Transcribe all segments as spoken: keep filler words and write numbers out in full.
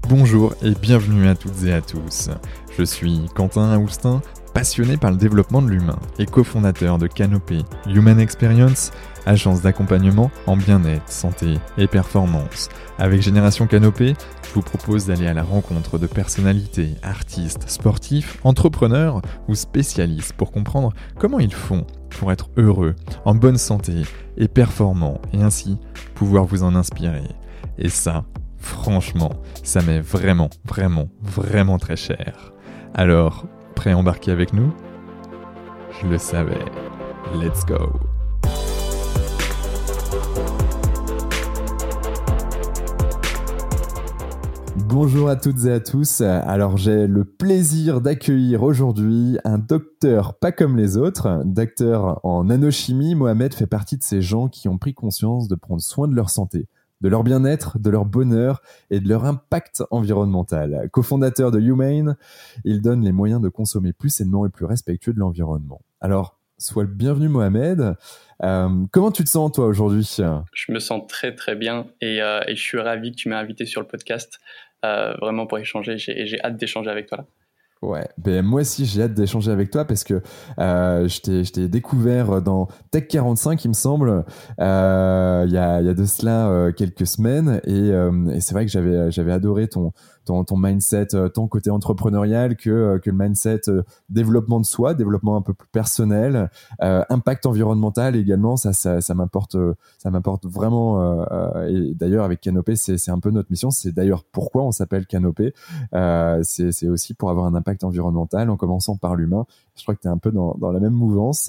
Bonjour et bienvenue à toutes et à tous. Je suis Quentin Aoustin, passionné par le développement de l'humain et cofondateur de Canopé Human Experience, agence d'accompagnement en bien-être, santé et performance. Avec Génération Canopé, je vous propose d'aller à la rencontre de personnalités, artistes, sportifs, entrepreneurs ou spécialistes pour comprendre comment ils font pour être heureux, en bonne santé et performants et ainsi pouvoir vous en inspirer. Et ça, franchement, ça m'est vraiment, vraiment, vraiment très cher. Alors, prêt à embarquer avec nous ? Je le savais. Let's go. Bonjour à toutes et à tous. Alors, j'ai le plaisir d'accueillir aujourd'hui un docteur pas comme les autres. Docteur en nanochimie, Mohamed fait partie de ces gens qui ont pris conscience de prendre soin de leur santé, de leur bien-être, de leur bonheur et de leur impact environnemental. Cofondateur de Humane, il donne les moyens de consommer plus sainement et plus respectueux de l'environnement. Alors, sois le bienvenu Mohamed. Euh, comment tu te sens toi aujourd'hui ? Je me sens très très bien et, euh, et je suis ravi que tu m'aies invité sur le podcast, euh, vraiment pour échanger. J'ai, j'ai hâte d'échanger avec toi là. Ouais, ben moi aussi j'ai hâte d'échanger avec toi parce que euh, je t'ai je t'ai découvert dans Tech quarante-cinq il me semble euh, il y a il y a de cela euh, quelques semaines et, euh, et c'est vrai que j'avais j'avais adoré ton ton ton mindset euh, tant côté entrepreneurial que euh, que le mindset euh, développement de soi, développement un peu plus personnel, euh, impact environnemental également, ça ça ça m'apporte euh, ça m'apporte vraiment euh, et d'ailleurs avec Canopé c'est c'est un peu notre mission, c'est d'ailleurs pourquoi on s'appelle Canopé. Euh, c'est c'est aussi pour avoir un impact environnemental en commençant par l'humain. Je crois que tu es un peu dans, dans la même mouvance.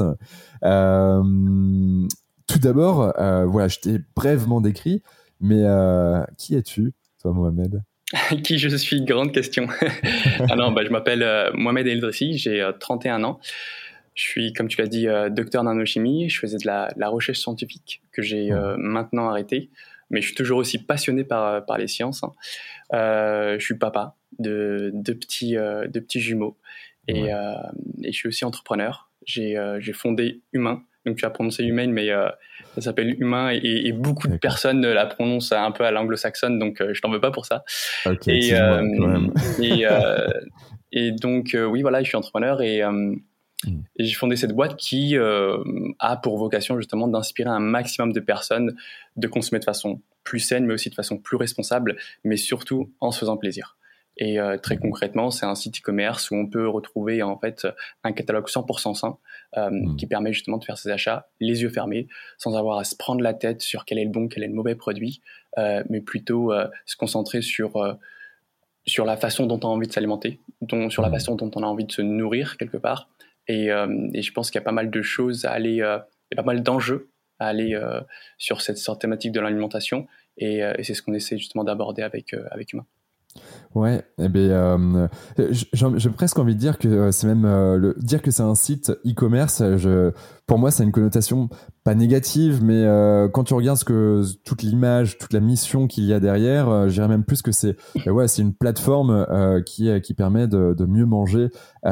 Euh, tout d'abord, euh, voilà, je t'ai brièvement décrit, mais euh, qui es-tu, toi, Mohamed ? Qui je suis, grande question. Alors, bah, je m'appelle euh, Mohamed El Idrissi, j'ai euh, trente et un ans. Je suis, comme tu l'as dit, euh, docteur en nanochimie. Je faisais de la, de la recherche scientifique que j'ai euh, maintenant arrêtée, mais je suis toujours aussi passionné par, par les sciences. Hein. Euh, je suis papa de deux petits, euh, de petits jumeaux et, ouais. euh, et je suis aussi entrepreneur. J'ai, euh, j'ai fondé Humain. Donc tu as prononcé Humane, mais euh, ça s'appelle Humain et, et beaucoup de personnes la prononcent un peu à l'anglo-saxonne, donc euh, je t'en veux pas pour ça. Ok, et, excuse-moi euh, quand même. et, euh, et donc euh, oui, voilà, je suis entrepreneur et, euh, mm. et j'ai fondé cette boîte qui euh, a pour vocation justement d'inspirer un maximum de personnes de consommer de façon plus saine, mais aussi de façon plus responsable, mais surtout en se faisant plaisir. Et euh, très concrètement, c'est un site e-commerce où on peut retrouver en fait un catalogue cent pour cent sain euh, mmh. qui permet justement de faire ses achats les yeux fermés, sans avoir à se prendre la tête sur quel est le bon, quel est le mauvais produit, euh, mais plutôt euh, se concentrer sur euh, sur la façon dont on a envie de s'alimenter, dont, sur mmh. la façon dont on a envie de se nourrir quelque part. Et, euh, et je pense qu'il y a pas mal de choses à aller, euh, il y a pas mal d'enjeux à aller euh, sur cette, cette thématique de l'alimentation, et, euh, et c'est ce qu'on essaie justement d'aborder avec euh, avec Humain. Ouais, eh ben, euh, j'ai, j'ai presque envie de dire que c'est même euh, le, dire que c'est un site e-commerce. Je, pour moi, ça a une connotation pas négative, mais euh, quand tu regardes ce que toute l'image, toute la mission qu'il y a derrière, euh, je dirais même plus que c'est, euh, ouais, c'est une plateforme euh, qui qui permet de, de mieux manger,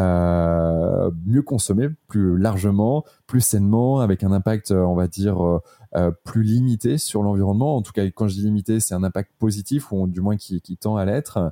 euh, mieux consommer, plus largement, plus sainement, avec un impact, on va dire. Euh, Euh, plus limité sur l'environnement. En tout cas, quand je dis limité, c'est un impact positif ou du moins qui, qui tend à l'être,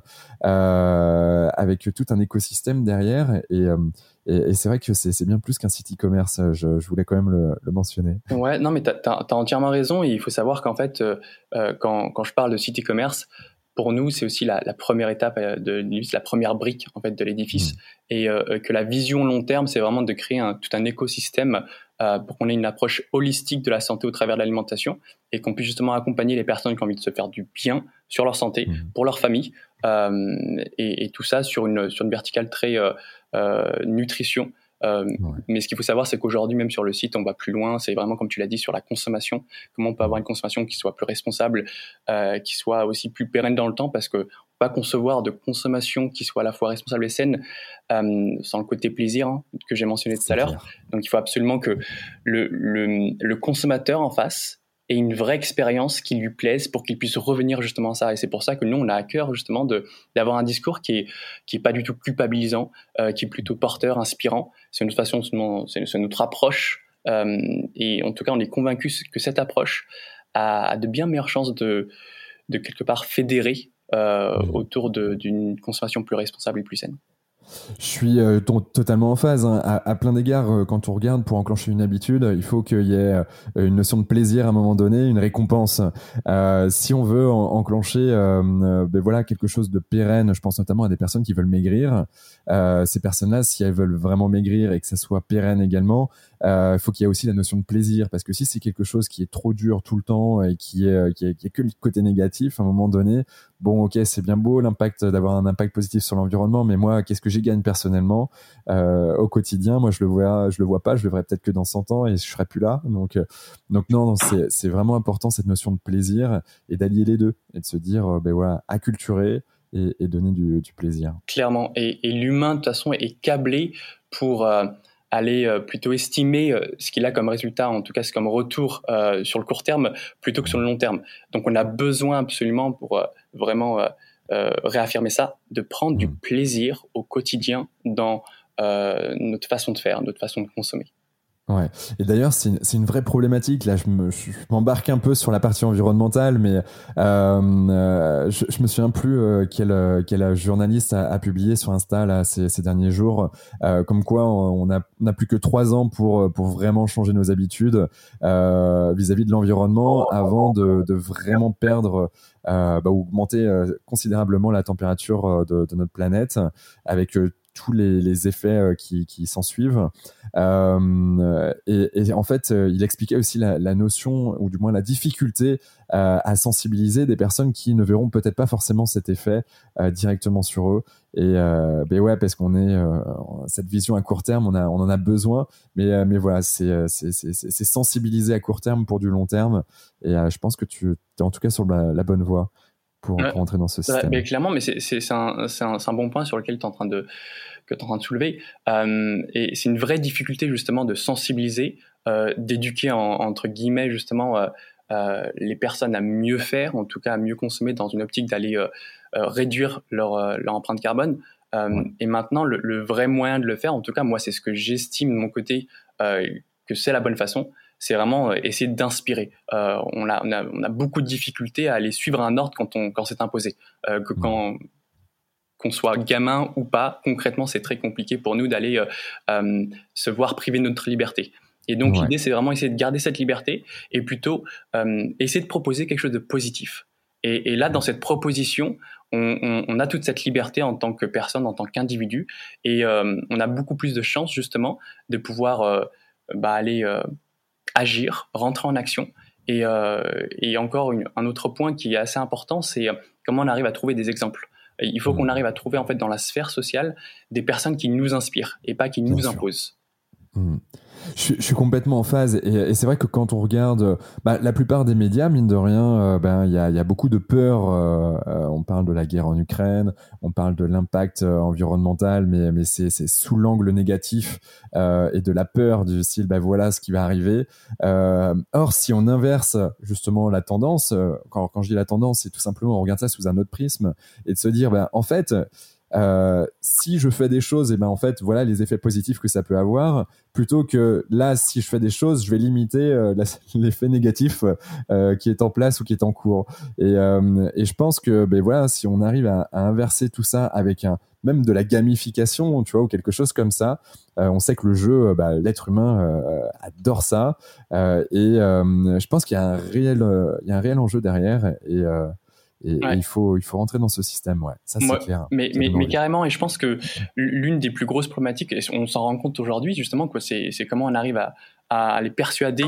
euh, avec tout un écosystème derrière. Et, euh, et, et c'est vrai que c'est, c'est bien plus qu'un site e-commerce. Je, je voulais quand même le, le mentionner. Ouais, non, mais t'as, t'as, t'as entièrement raison. Et il faut savoir qu'en fait, euh, quand, quand je parle de site e-commerce, pour nous, c'est aussi la, la première étape, de, la première brique en fait de l'édifice, mmh. et euh, que la vision long terme, c'est vraiment de créer un, tout un écosystème euh, pour qu'on ait une approche holistique de la santé au travers de l'alimentation et qu'on puisse justement accompagner les personnes qui ont envie de se faire du bien sur leur santé, mmh. pour leur famille, euh, et, et tout ça sur une sur une verticale très euh, euh, nutrition. Euh, ouais. Mais ce qu'il faut savoir, c'est qu'aujourd'hui, même sur le site, on va plus loin. C'est vraiment, comme tu l'as dit, sur la consommation. Comment on peut avoir une consommation qui soit plus responsable, euh, qui soit aussi plus pérenne dans le temps, parce que on peut pas concevoir de consommation qui soit à la fois responsable et saine euh, sans le côté plaisir, hein, que j'ai mentionné tout à l'heure. Donc, il faut absolument que le, le, le consommateur en face ait une vraie expérience qui lui plaise pour qu'il puisse revenir justement à ça. Et c'est pour ça que nous, on a à cœur justement de, d'avoir un discours qui est, qui est pas du tout culpabilisant, euh, qui est plutôt porteur, inspirant. C'est notre façon, c'est, c'est notre approche. Euh, et en tout cas, on est convaincus que cette approche a, a de bien meilleures chances de, de quelque part fédérer euh, mmh. autour de, d'une consommation plus responsable et plus saine. Je suis euh, t- totalement en phase hein. à, à plein d'égards. Euh, quand on regarde, pour enclencher une habitude, il faut qu'il y ait euh, une notion de plaisir à un moment donné, une récompense. Euh, si on veut en, enclencher, euh, euh, ben voilà, quelque chose de pérenne, je pense notamment à des personnes qui veulent maigrir. Euh, ces personnes-là, si elles veulent vraiment maigrir et que ça soit pérenne également, il euh, faut qu'il y ait aussi la notion de plaisir, parce que si c'est quelque chose qui est trop dur tout le temps et qui est qui est, qui est que le côté négatif, à un moment donné, bon, ok, c'est bien beau l'impact d'avoir un impact positif sur l'environnement, mais moi, qu'est-ce que j'y gagne personnellement euh, au quotidien? Moi, je le vois, je le vois pas. Je le verrai peut-être que dans cent ans et je serai plus là. Donc, euh, donc non, non c'est c'est vraiment important cette notion de plaisir et d'allier les deux et de se dire, euh, ben voilà, acculturer et, et donner du, du plaisir. Clairement. Et, et l'humain de toute façon est câblé pour euh, aller euh, plutôt estimer euh, ce qu'il a comme résultat, en tout cas c'est comme retour euh, sur le court terme plutôt que sur le long terme. Donc on a besoin absolument pour euh, vraiment euh, euh, réaffirmer ça, de prendre mmh. du plaisir au quotidien dans euh, notre façon de faire, notre façon de consommer. Ouais. Et d'ailleurs, c'est une, c'est une vraie problématique. Là, je, me, je m'embarque un peu sur la partie environnementale, mais euh, euh, je, je me souviens plus euh, quel, quel journaliste a, a publié sur Insta là, ces, ces derniers jours, euh, comme quoi on a, on a plus que trois ans pour pour vraiment changer nos habitudes euh, vis-à-vis de l'environnement avant de, de vraiment perdre euh, bah, augmenter euh, considérablement la température de, de notre planète avec euh, tous les, les effets euh, qui, qui s'en suivent. Euh, et, et en fait, euh, il expliquait aussi la, la notion, ou du moins la difficulté euh, à sensibiliser des personnes qui ne verront peut-être pas forcément cet effet euh, directement sur eux. Et euh, ben ouais, parce qu'on est euh, cette vision à court terme, on a, on en a besoin. Mais euh, mais voilà, c'est c'est c'est c'est sensibiliser à court terme pour du long terme. Et euh, je pense que tu es en tout cas sur la, la bonne voie pour pour entrer dans ce système. Ouais, mais clairement, mais c'est c'est c'est un c'est un, c'est un bon point sur lequel tu es en train de que tu es en train de soulever. Euh, et c'est une vraie difficulté justement de sensibiliser, euh, d'éduquer en, entre guillemets justement euh, euh, les personnes à mieux faire, en tout cas à mieux consommer dans une optique d'aller euh, euh, réduire leur, euh, leur empreinte carbone. Euh, ouais. Et maintenant, le, le vrai moyen de le faire, en tout cas moi c'est ce que j'estime de mon côté euh, que c'est la bonne façon, c'est vraiment euh, essayer d'inspirer. Euh, on, a, on, a, on a beaucoup de difficultés à aller suivre un ordre quand, on, quand c'est imposé. Euh, que quand... Ouais. Qu'on soit gamin ou pas, concrètement, c'est très compliqué pour nous d'aller euh, euh, se voir priver de notre liberté. Et donc, ouais. l'idée, c'est vraiment essayer de garder cette liberté et plutôt euh, essayer de proposer quelque chose de positif. Et, et là, dans cette proposition, on, on, on a toute cette liberté en tant que personne, en tant qu'individu, et euh, on a beaucoup plus de chances, justement, de pouvoir euh, bah, aller euh, agir, rentrer en action. Et, euh, et encore une, un autre point qui est assez important, c'est comment on arrive à trouver des exemples. Il faut mmh. qu'on arrive à trouver en fait dans la sphère sociale des personnes qui nous inspirent et pas qui Bien nous sûr. imposent. Mmh. Je, je suis complètement en phase et, et c'est vrai que quand on regarde bah, la plupart des médias, mine de rien, euh, ben, y a, y a beaucoup de peur. Euh, euh, on parle de la guerre en Ukraine, on parle de l'impact euh, environnemental, mais, mais c'est, c'est sous l'angle négatif euh, et de la peur du style, bah, voilà ce qui va arriver. Euh, or, si on inverse justement la tendance, euh, quand, quand je dis la tendance, c'est tout simplement on regarde ça sous un autre prisme et de se dire, bah, en fait, Euh, si je fais des choses, et ben en fait voilà les effets positifs que ça peut avoir, plutôt que là si je fais des choses, je vais limiter euh, la, l'effet négatif euh, qui est en place ou qui est en cours. Et, euh, et je pense que ben voilà, si on arrive à, à inverser tout ça avec un même de la gamification, tu vois, ou quelque chose comme ça, euh, on sait que le jeu, bah, l'être humain euh, adore ça, euh, et euh, je pense qu'il y a un réel, euh, il y a un réel enjeu derrière, et euh, Et, ouais. et il faut il faut rentrer dans ce système, ouais. Ça c'est ouais, clair. Mais mais, mais carrément, et je pense que l'une des plus grosses problématiques, et on s'en rend compte aujourd'hui justement, que c'est c'est comment on arrive à à les persuader,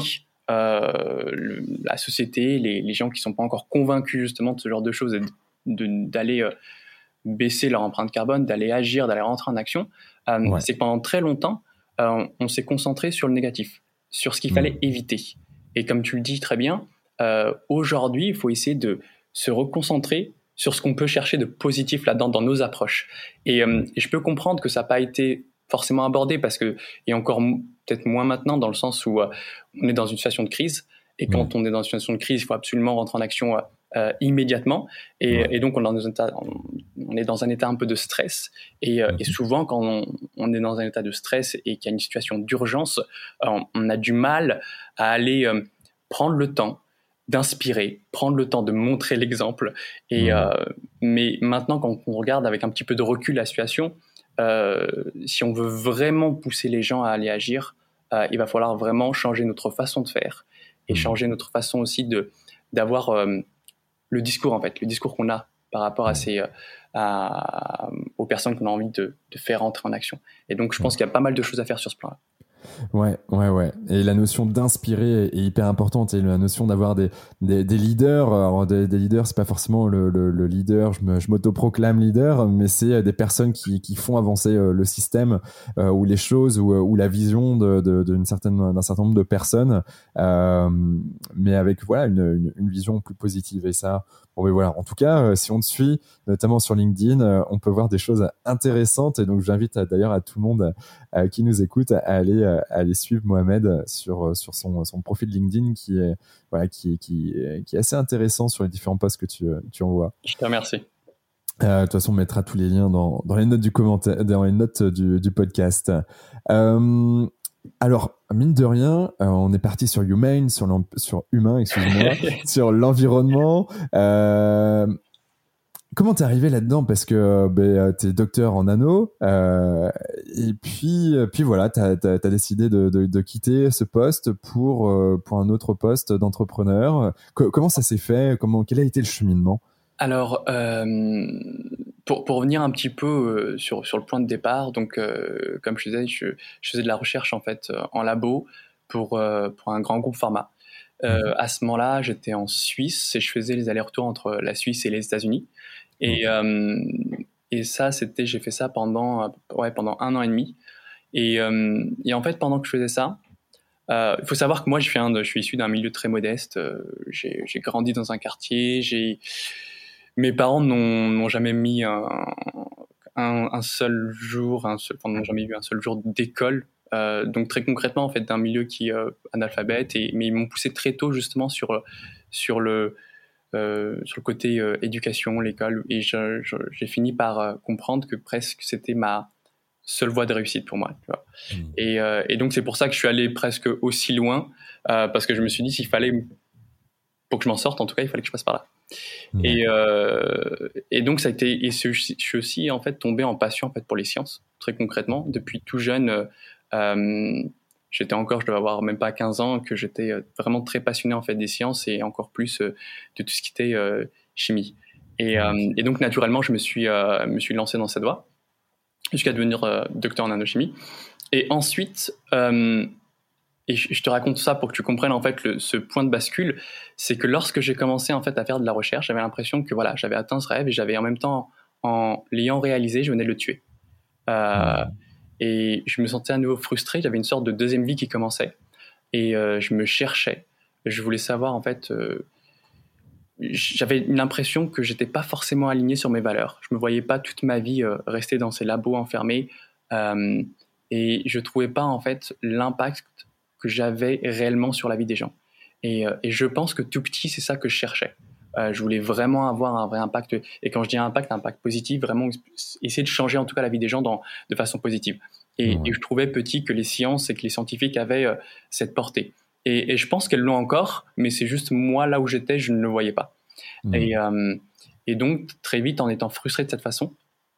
euh, le, la société, les les gens qui sont pas encore convaincus justement de ce genre de choses, et de, d'aller euh, baisser leur empreinte carbone, d'aller agir, d'aller rentrer en action. Euh, ouais. C'est que pendant très longtemps, euh, on s'est concentré sur le négatif, sur ce qu'il fallait mmh. éviter. Et comme tu le dis très bien, euh, aujourd'hui, il faut essayer de se reconcentrer sur ce qu'on peut chercher de positif là-dedans dans nos approches. Et, euh, et je peux comprendre que ça n'a pas été forcément abordé, parce que, et encore m- peut-être moins maintenant, dans le sens où euh, on est dans une situation de crise, et quand mmh. on est dans une situation de crise, il faut absolument rentrer en action euh, euh, immédiatement, et, ouais. et donc on est, dans un état, on est dans un état un peu de stress, et, euh, mmh. et souvent quand on, on est dans un état de stress et qu'il y a une situation d'urgence, on, on a du mal à aller euh, prendre le temps d'inspirer, prendre le temps de montrer l'exemple. Et, mmh. euh, mais maintenant, quand on regarde avec un petit peu de recul la situation, euh, si on veut vraiment pousser les gens à aller agir, euh, il va falloir vraiment changer notre façon de faire et mmh. changer notre façon aussi de, d'avoir euh, le discours, en fait, le discours qu'on a par rapport à ces, à, aux personnes qu'on a envie de, de faire entrer en action. Et donc, je pense mmh. qu'il y a pas mal de choses à faire sur ce plan-là. Ouais, ouais, ouais. Et la notion d'inspirer est hyper importante. Et la notion d'avoir des, des, des leaders. Alors, des, des leaders, c'est pas forcément le, le, le leader. Je, me, je m'autoproclame leader, mais c'est des personnes qui, qui font avancer le système euh, ou les choses ou, ou la vision de, de, d'une certaine, d'un certain nombre de personnes, euh, mais avec voilà une, une, une vision plus positive. Et ça, bon, mais voilà. En tout cas, euh, si on te suit, notamment sur LinkedIn, euh, on peut voir des choses intéressantes. Et donc, j'invite à, d'ailleurs à tout le monde euh, qui nous écoute à aller euh, à aller suivre Mohamed sur sur son son profil LinkedIn qui est voilà qui qui qui est assez intéressant sur les différents posts que tu tu envoies. Je te remercie. Euh, de toute façon, on mettra tous les liens dans dans les notes du commentaire, dans les notes du du podcast. Euh, alors, mine de rien, euh, on est parti sur Humane, sur sur humain, excuse-moi, sur l'environnement. Euh, Comment t'es arrivé là-dedans? Parce que ben, t'es docteur en nano, euh, et puis, puis voilà, t'as, t'as, t'as décidé de, de, de quitter ce poste pour, euh, pour un autre poste d'entrepreneur. Co- comment ça s'est fait? Comment, quel a été le cheminement? Alors, euh, pour, pour revenir un petit peu euh, sur, sur le point de départ, donc euh, comme je disais, je, je faisais de la recherche en fait euh, en labo pour, euh, pour un grand groupe pharma. Euh, mmh. À ce moment-là, j'étais en Suisse et je faisais les allers-retours entre la Suisse et les États-Unis. Et, euh, et ça, c'était, j'ai fait ça pendant, ouais, pendant un an et demi. Et, euh, et en fait, pendant que je faisais ça, euh, il faut savoir que moi, je, viens de, je suis issu d'un milieu très modeste. Euh, j'ai, j'ai grandi dans un quartier. J'ai, mes parents n'ont, n'ont jamais mis un, un, un seul jour, un seul, enfin, n'ont jamais eu un seul jour d'école. Euh, donc très concrètement, en fait, d'un milieu qui est euh, analphabète. Et, mais ils m'ont poussé très tôt justement sur sur le Euh, sur le côté euh, éducation, l'école, et je, je, j'ai fini par euh, comprendre que presque c'était ma seule voie de réussite pour moi. Tu vois. Mmh. Et, euh, et donc c'est pour ça que je suis allé presque aussi loin, euh, parce que je me suis dit s'il fallait, pour que je m'en sorte, en tout cas, il fallait que je passe par là. Mmh. Et, euh, et donc ça a été, et je, je suis aussi en fait tombé en passion en fait pour les sciences, très concrètement, depuis tout jeune. Euh, J'étais encore, je devais avoir même pas quinze ans, que j'étais vraiment très passionné en fait des sciences et encore plus euh, de tout ce qui était euh, chimie. Et, euh, et donc naturellement, je me suis euh, me suis lancé dans cette voie jusqu'à devenir euh, docteur en nanochimie. Et ensuite, euh, et je, je te raconte ça pour que tu comprennes en fait le, ce point de bascule, c'est que lorsque j'ai commencé en fait à faire de la recherche, j'avais l'impression que voilà, j'avais atteint ce rêve et j'avais en même temps, en l'ayant réalisé, je venais de le tuer. Euh, mmh. Et je me sentais à nouveau frustré. J'avais une sorte de deuxième vie qui commençait. Et euh, je me cherchais. Je voulais savoir, en fait... Euh, j'avais l'impression que j'étais pas forcément aligné sur mes valeurs. Je me voyais pas toute ma vie euh, rester dans ces labos enfermés. Euh, et je trouvais pas, en fait, l'impact que j'avais réellement sur la vie des gens. Et, euh, et je pense que tout petit, c'est ça que je cherchais. Euh, je voulais vraiment avoir un vrai impact. Et quand je dis impact, un impact positif, vraiment essayer de changer en tout cas la vie des gens dans, de façon positive. Et, ouais. et je trouvais petit que les sciences et que les scientifiques avaient euh, cette portée. Et, et je pense qu'elles l'ont encore, mais c'est juste moi, là où j'étais, je ne le voyais pas. Mmh. Et, euh, et donc, très vite, en étant frustré de cette façon,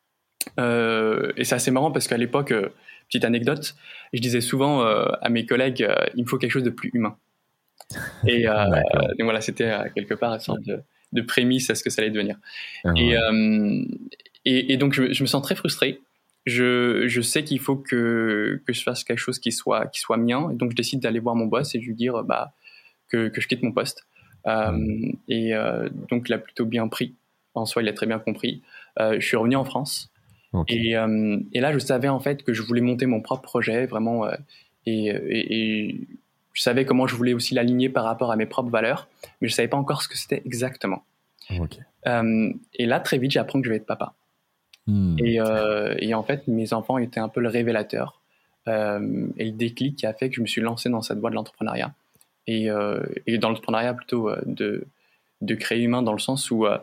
euh, et c'est assez marrant parce qu'à l'époque, euh, petite anecdote, je disais souvent euh, à mes collègues, euh, il me faut quelque chose de plus humain. Et euh, donc voilà, c'était euh, quelque part une sorte de, de prémisse à ce que ça allait devenir. Ah, et, ouais. euh, et, et donc, je, je me sens très frustré. Je, je sais qu'il faut que, que je fasse quelque chose qui soit, qui soit mien. Et donc, je décide d'aller voir mon boss et je lui dire bah, que, que je quitte mon poste. Euh, mmh. Et euh, donc, il a plutôt bien pris. En soi, il a très bien compris. Euh, je suis revenu en France. Okay. Et, euh, et là, je savais en fait que je voulais monter mon propre projet, vraiment. Euh, et, et, et je savais comment je voulais aussi l'aligner par rapport à mes propres valeurs, mais je ne savais pas encore ce que c'était exactement. Okay. Euh, et là, très vite, j'apprends que je vais être papa. Mmh. Et, euh, et en fait, mes enfants étaient un peu le révélateur euh, et le déclic qui a fait que je me suis lancé dans cette voie de l'entrepreneuriat. Et, euh, et dans l'entrepreneuriat plutôt euh, de, de créer humain, dans le sens où euh,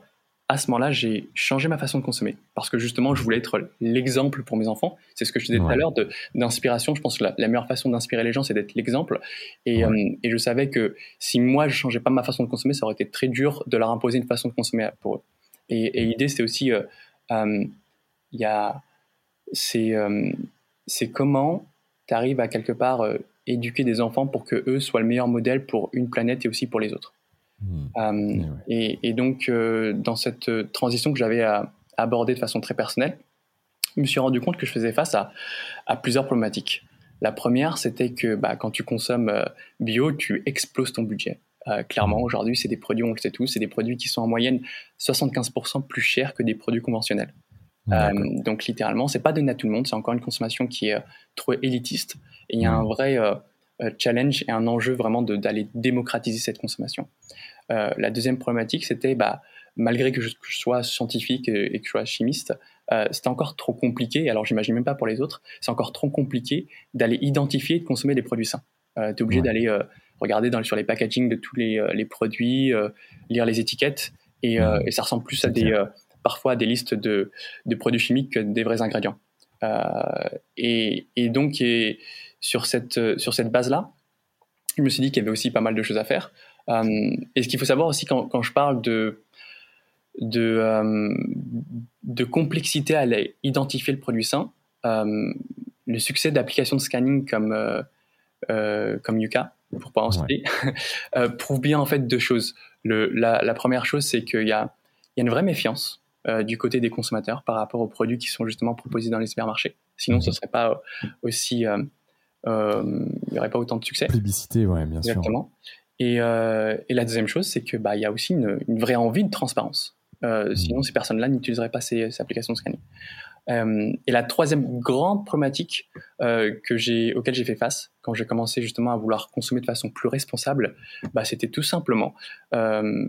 à ce moment-là, j'ai changé ma façon de consommer parce que justement, je voulais être l'exemple pour mes enfants. C'est ce que je disais ouais. tout à l'heure de, d'inspiration. Je pense que la, la meilleure façon d'inspirer les gens, c'est d'être l'exemple. Et, ouais. euh, et je savais que si moi, je changeais pas ma façon de consommer, ça aurait été très dur de leur imposer une façon de consommer pour eux. Et, et l'idée, c'était aussi, euh, euh, y a, c'est, euh, c'est comment tu arrives à quelque part euh, éduquer des enfants pour que eux soient le meilleur modèle pour une planète et aussi pour les autres. Mmh. Um, et, ouais. et, et donc, euh, dans cette transition que j'avais à, à aborder de façon très personnelle, je me suis rendu compte que je faisais face à, à plusieurs problématiques. La première, c'était que bah, quand tu consommes euh, bio, tu exploses ton budget. Euh, clairement, mmh. aujourd'hui, c'est des produits, on le sait tous, c'est des produits qui sont en moyenne soixante-quinze pour cent plus chers que des produits conventionnels. Euh, donc, littéralement, c'est pas donné à tout le monde. C'est encore une consommation qui est euh, trop élitiste. Et il y a mmh. un vrai euh, challenge et un enjeu vraiment de, d'aller démocratiser cette consommation. Euh, la deuxième problématique, c'était, bah, malgré que je, que je sois scientifique et, et que je sois chimiste, euh, c'était encore trop compliqué, alors j'imagine même pas pour les autres, c'est encore trop compliqué d'aller identifier et de consommer des produits sains. Euh, tu es obligé ouais. d'aller euh, regarder dans, sur les packaging de tous les, euh, les produits, euh, lire les étiquettes, et, euh, et ça ressemble plus à des, euh, parfois à des listes de, de produits chimiques que des vrais ingrédients. Euh, et, et donc, et sur cette, sur cette base-là, je me suis dit qu'il y avait aussi pas mal de choses à faire. Euh, et ce qu'il faut savoir aussi quand, quand je parle de, de, euh, de complexité à aller identifier le produit sain, euh, le succès d'applications de scanning comme, euh, euh, comme Yuka, pour pas en citer, ouais. euh, prouve bien en fait deux choses. Le, la, la première chose, c'est qu'il y a, il y a une vraie méfiance euh, du côté des consommateurs par rapport aux produits qui sont justement proposés dans les supermarchés. Sinon, mmh. ce serait pas aussi, euh, euh, il n'y aurait pas autant de succès. Plébiscité, ouais, bien Exactement. sûr. Exactement. Et, euh, et la deuxième chose, c'est que bah, y a aussi une, une vraie envie de transparence. Euh, mmh. Sinon, ces personnes-là n'utiliseraient pas ces, ces applications de scanning. Euh, et la troisième grande problématique euh, que j'ai, auquel j'ai fait face quand j'ai commencé justement à vouloir consommer de façon plus responsable, bah, c'était tout simplement euh,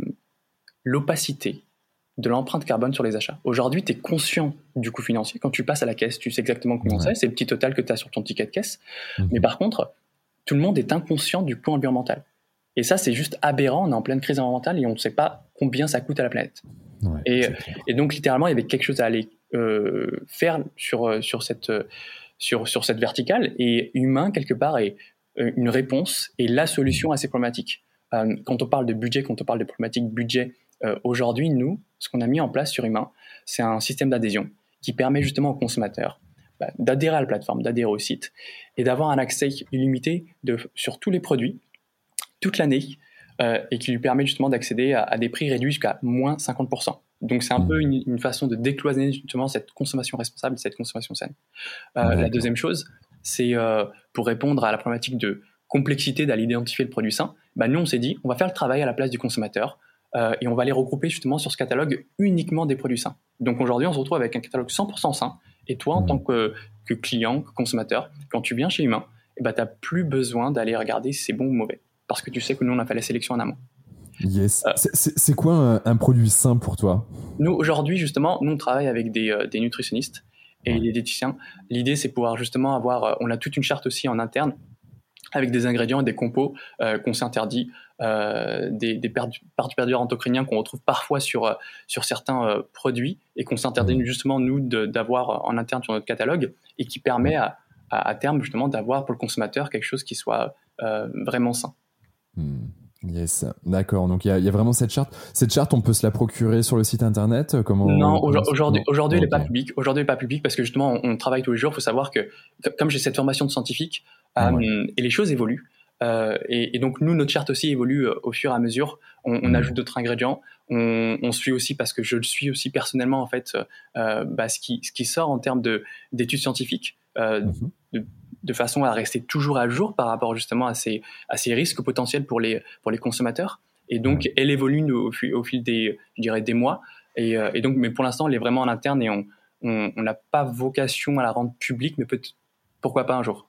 l'opacité de l'empreinte carbone sur les achats. Aujourd'hui, tu es conscient du coût financier. Quand tu passes à la caisse, tu sais exactement combien ouais. c'est, c'est le petit total que tu as sur ton ticket de caisse. Mmh. Mais par contre, tout le monde est inconscient du coût environnemental. Et ça, c'est juste aberrant. On est en pleine crise environnementale et on ne sait pas combien ça coûte à la planète. Ouais, et, et donc, littéralement, il y avait quelque chose à aller euh, faire sur, sur, cette, sur, sur cette verticale. Et humain, quelque part, est une réponse et la solution à ces problématiques. Euh, quand on parle de budget, quand on parle de problématiques budget, euh, aujourd'hui, nous, ce qu'on a mis en place sur Humain, c'est un système d'adhésion qui permet justement aux consommateurs bah, d'adhérer à la plateforme, d'adhérer au site et d'avoir un accès illimité de, sur tous les produits toute l'année euh, et qui lui permet justement d'accéder à, à des prix réduits jusqu'à moins cinquante pour cent. Donc c'est un mmh. peu une, une façon de décloisonner justement cette consommation responsable, cette consommation saine. Euh, la deuxième chose, c'est euh, pour répondre à la problématique de complexité d'aller identifier le produit sain, bah, nous on s'est dit on va faire le travail à la place du consommateur euh, et on va les regrouper justement sur ce catalogue uniquement des produits sains. Donc aujourd'hui on se retrouve avec un catalogue cent pour cent sain et toi en mmh. tant que, que client, que consommateur, quand tu viens chez Humain, eh bah, tu n'as plus besoin d'aller regarder si c'est bon ou mauvais. Parce que tu sais que nous, on a fait la sélection en amont. Yes. Euh, c'est, c'est, c'est quoi un, un produit sain pour toi ? Nous, aujourd'hui, justement, nous, on travaille avec des, euh, des nutritionnistes et ouais. des diététiciens. L'idée, c'est pouvoir justement avoir... Euh, on a toute une charte aussi en interne avec des ingrédients et des compos euh, qu'on s'interdit, euh, des, des perturbateurs endocriniens qu'on retrouve parfois sur, euh, sur certains euh, produits et qu'on s'interdit mmh. justement, nous, de, d'avoir en interne sur notre catalogue et qui permet à, à, à terme, justement, d'avoir pour le consommateur quelque chose qui soit euh, vraiment sain. Mmh. Yes, d'accord. Donc il y, y a vraiment cette charte. Cette charte, on peut se la procurer sur le site internet. Comment Non, comment aujourd'hui, non aujourd'hui, oh, elle n'est okay. pas publique. Aujourd'hui, elle n'est pas publique parce que justement, on, on travaille tous les jours. Il faut savoir que, comme j'ai cette formation de scientifique, euh, ouais. et les choses évoluent. Euh, et, et donc nous, notre charte aussi évolue euh, au fur et à mesure. On, on mmh. ajoute d'autres ingrédients. On, on suit aussi parce que je le suis aussi personnellement en fait, euh, bah, ce qui ce qui sort en termes de d'études scientifiques. Euh, mmh. de, de façon à rester toujours à jour par rapport justement à ces, à ces risques potentiels pour les, pour les consommateurs. Et donc, ouais. elle évolue au, au fil des, je dirais, des mois. Et, et donc, mais pour l'instant, elle est vraiment en interne et on n'a on, on pas vocation à la rendre publique, mais peut pourquoi pas un jour.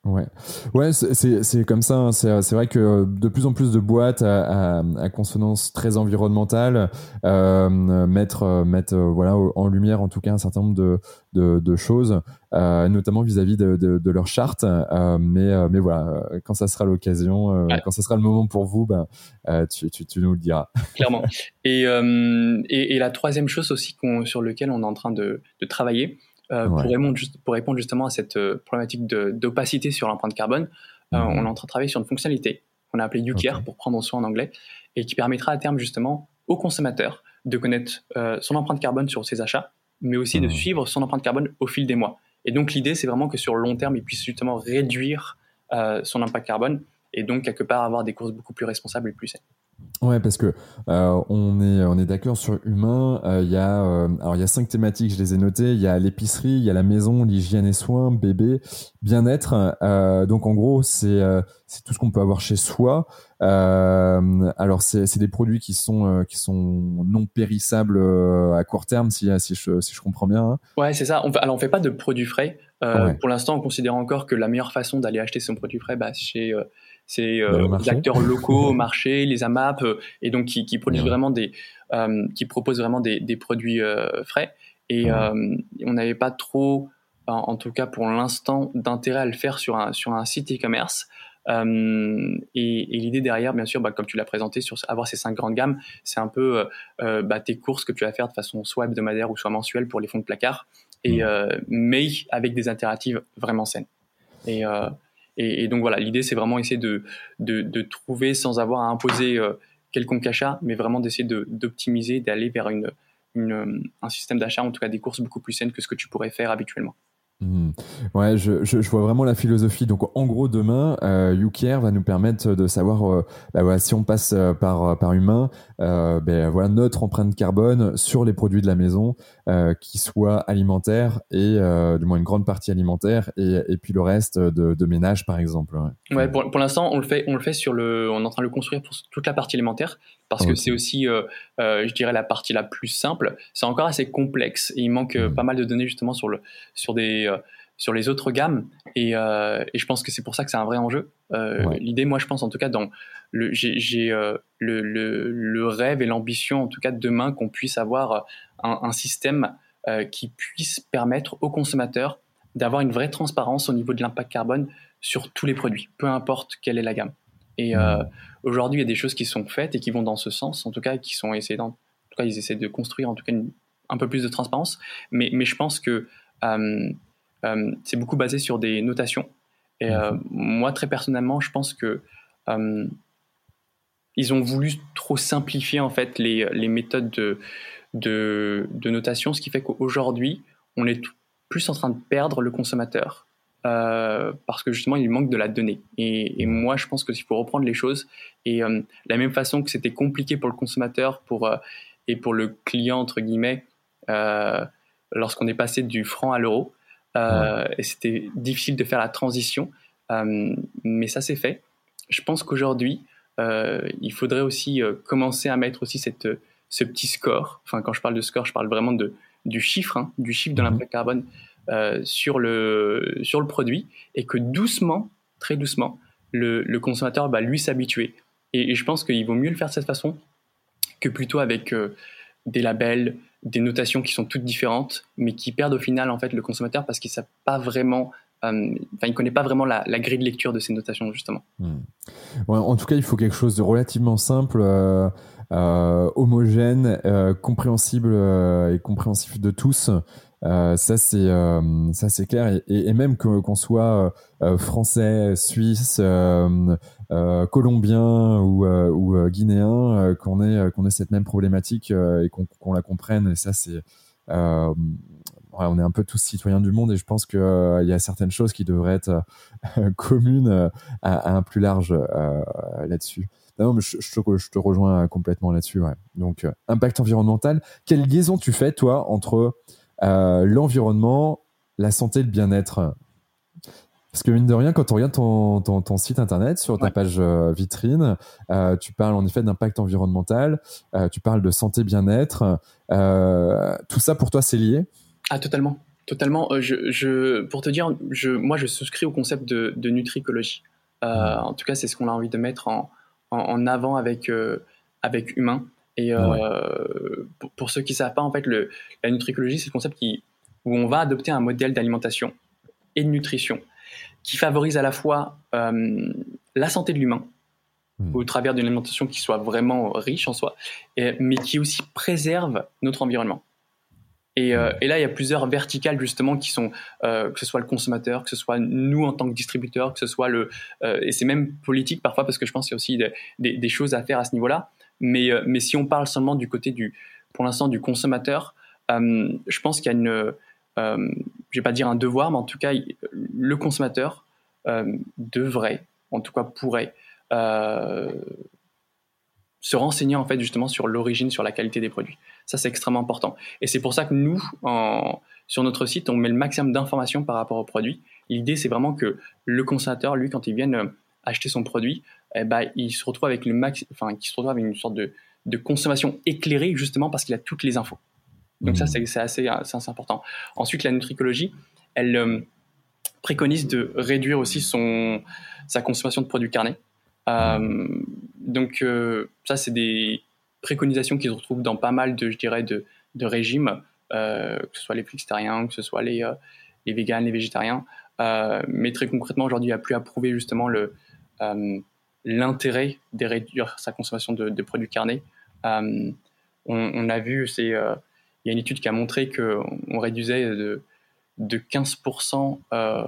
Ouais, ouais, c'est c'est c'est comme ça. Hein. C'est c'est vrai que de plus en plus de boîtes à, à, à consonance très environnementale euh, mettre euh, mettre euh, voilà en lumière en tout cas un certain nombre de de, de choses, euh, notamment vis-à-vis de, de, de leur charte. Euh, mais euh, mais voilà, quand ça sera l'occasion, euh, Ouais. quand ça sera le moment pour vous, ben euh, tu, tu tu nous le diras. Clairement. Et, euh, et, et la troisième chose aussi qu'on, sur laquelle on est en train de, de travailler, euh, Ouais. pour, répondre juste, pour répondre justement à cette euh, problématique de, d'opacité sur l'empreinte carbone, euh, Mm-hmm. on est en train de travailler sur une fonctionnalité qu'on a appelée YouCare Okay. pour prendre soin en anglais, et qui permettra à terme justement aux consommateurs de connaître euh, son empreinte carbone sur ses achats, mais aussi de Mm. suivre son empreinte carbone au fil des mois. Et donc l'idée, c'est vraiment que sur le long terme, il puisse justement réduire euh, son impact carbone, et donc quelque part avoir des courses beaucoup plus responsables et plus saines. Ouais, parce que euh, on est on est d'accord sur humain. Il euh, y a euh, alors il y a cinq thématiques, je les ai notées. Il y a l'épicerie, il y a la maison, l'hygiène et soins, bébé, bien-être. Euh, donc en gros, c'est euh, c'est tout ce qu'on peut avoir chez soi. Euh, alors c'est c'est des produits qui sont euh, qui sont non périssables euh, à court terme, si si je si je comprends bien. Hein. Ouais, c'est ça. On fait, alors, on fait pas de produits frais. Euh, Ouais. pour l'instant, on considère encore que la meilleure façon d'aller acheter son produit frais, bah, chez euh, c'est D'aller euh, au les marché. acteurs locaux au marché, les AMAP, euh, et donc qui, qui produisent Ouais. vraiment des, euh, qui proposent vraiment des, des produits euh, frais. Et Ouais. euh, on n'avait pas trop, en, en tout cas pour l'instant, d'intérêt à le faire sur un sur un site e-commerce. Euh, et, et l'idée derrière, bien sûr, bah, comme tu l'as présenté, sur avoir ces cinq grandes gammes, c'est un peu euh, bah, tes courses que tu vas faire de façon soit hebdomadaire ou soit mensuelle pour les fonds de placard. Et, euh, mais avec des alternatives vraiment saines. Et, euh, et, et donc voilà, l'idée c'est vraiment essayer de, de, de trouver sans avoir à imposer euh, quelconque achat, mais vraiment d'essayer de, d'optimiser, d'aller vers une, une, un système d'achat, en tout cas des courses beaucoup plus saines que ce que tu pourrais faire habituellement. Mmh. Ouais, je, je, je vois vraiment la philosophie. Donc, en gros, demain, euh, YouCare va nous permettre de savoir, euh, bah, voilà, si on passe euh, par par humain, euh, ben voilà notre empreinte carbone sur les produits de la maison, euh, qui soient alimentaires et euh, du moins une grande partie alimentaire et et puis le reste de, de ménage, par exemple. Ouais. Ouais, pour, pour l'instant, on le fait, on le fait sur le, on est en train de le construire pour toute la partie alimentaire, parce que Ok. c'est aussi, euh, euh, je dirais, la partie la plus simple. C'est encore assez complexe et il manque euh, Mmh. pas mal de données justement sur le, sur des, euh, sur les autres gammes. Et, euh, et je pense que c'est pour ça que c'est un vrai enjeu. Euh, Ouais. L'idée, moi, je pense en tout cas dans le, j'ai, j'ai euh, le, le, le rêve et l'ambition, en tout cas de demain, qu'on puisse avoir un, un système euh, qui puisse permettre aux consommateurs d'avoir une vraie transparence au niveau de l'impact carbone sur tous les produits, peu importe quelle est la gamme. Et euh, Mmh. aujourd'hui, il y a des choses qui sont faites et qui vont dans ce sens, en tout cas, qui sont essayées, en tout cas, ils essaient de construire en tout cas une, un peu plus de transparence. Mais, mais je pense que euh, euh, c'est beaucoup basé sur des notations. Et euh, Mmh. moi, très personnellement, je pense que euh, ils ont voulu trop simplifier en fait les, les méthodes de, de, de notation, ce qui fait qu'aujourd'hui, on est plus en train de perdre le consommateur. Euh, parce que justement il manque de la donnée et, et moi je pense que s'il faut reprendre les choses et euh, la même façon que c'était compliqué pour le consommateur pour, euh, et pour le client entre guillemets euh, lorsqu'on est passé du franc à l'euro euh, Ouais. et c'était difficile de faire la transition euh, mais ça c'est fait. Je pense qu'aujourd'hui euh, il faudrait aussi euh, commencer à mettre aussi cette, ce petit score, enfin quand je parle de score je parle vraiment de, du chiffre hein, du chiffre de Mmh. l'impact carbone Euh, sur, le, sur le produit et que doucement, très doucement, le, le consommateur va lui s'habituer. Et, et je pense qu'il vaut mieux le faire de cette façon que plutôt avec euh, des labels, des notations qui sont toutes différentes, mais qui perdent au final en fait le consommateur parce qu'il ne sait pas vraiment, euh, enfin il connaît pas vraiment la, la grille de lecture de ces notations justement. Mmh. Ouais, en tout cas, il faut quelque chose de relativement simple, euh, euh, homogène, euh, compréhensible euh, et compréhensif de tous. Euh, ça c'est euh, ça c'est clair et, et, et même que, qu'on soit euh, français, suisse, euh, euh, colombien ou, euh, ou euh, guinéen, euh, qu'on ait qu'on ait cette même problématique euh, et qu'on, qu'on la comprenne. Et ça c'est euh, ouais, on est un peu tous citoyens du monde et je pense que euh, il y a certaines choses qui devraient être euh, communes euh, à, à un plus large euh, là-dessus. Non, mais je, je, te, je te rejoins complètement là-dessus. Ouais. Donc, euh, impact environnemental. Quelle liaison tu fais, toi, entre euh, l'environnement, la santé et le bien-être? Parce que mine de rien, quand on regarde ton, ton, ton site internet, sur ta Ouais. page euh, vitrine, euh, tu parles en effet d'impact environnemental, euh, tu parles de santé bien-être. Euh, tout ça, pour toi, c'est lié? Ah totalement. Totalement. Euh, je, je, pour te dire, je, moi, je souscris au concept de, de nutricologie. Euh, mmh. En tout cas, c'est ce qu'on a envie de mettre en, en, en avant avec, euh, avec Humain. Et euh, ouais. pour, pour ceux qui ne savent pas, en fait, le, la nutricologie, c'est le concept qui, où on va adopter un modèle d'alimentation et de nutrition qui favorise à la fois euh, la santé de l'humain, mmh. au travers d'une alimentation qui soit vraiment riche en soi, et, mais qui aussi préserve notre environnement. Et, euh, et là, il y a plusieurs verticales justement qui sont, euh, que ce soit le consommateur, que ce soit nous en tant que distributeurs, que ce soit le, euh, et c'est même politique parfois parce que je pense qu'il y a aussi des, des, des choses à faire à ce niveau-là. Mais, euh, mais si on parle seulement du côté du, pour l'instant, du consommateur, euh, je pense qu'il y a une, euh, je vais pas dire un devoir, mais en tout cas, le consommateur euh, devrait, en tout cas pourrait, euh, se renseigner en fait justement sur l'origine, sur la qualité des produits. Ça, c'est extrêmement important. Et c'est pour ça que nous, en, sur notre site, on met le maximum d'informations par rapport aux produits. L'idée, c'est vraiment que le consommateur, lui, quand il vient acheter son produit, eh ben, il se retrouve avec le max, enfin, qu'il se retrouve avec une sorte de, de consommation éclairée justement parce qu'il a toutes les infos. Donc mmh. ça, c'est, c'est, assez, c'est assez important. Ensuite, la nutricologie, elle euh, préconise de réduire aussi son, sa consommation de produits carnés. Euh, donc euh, ça, c'est des préconisations qui se retrouvent dans pas mal de, je dirais, de, de régimes, euh, que ce soit les flexitariens, que ce soit les, euh, les véganes, les végétariens. Euh, mais très concrètement, aujourd'hui, il n'y a plus à prouver justement le, euh, l'intérêt de réduire sa consommation de, de produits carnés. Euh, on, on a vu, c'est, euh, il y a une étude qui a montré qu'on réduisait de, de quinze pour cent euh,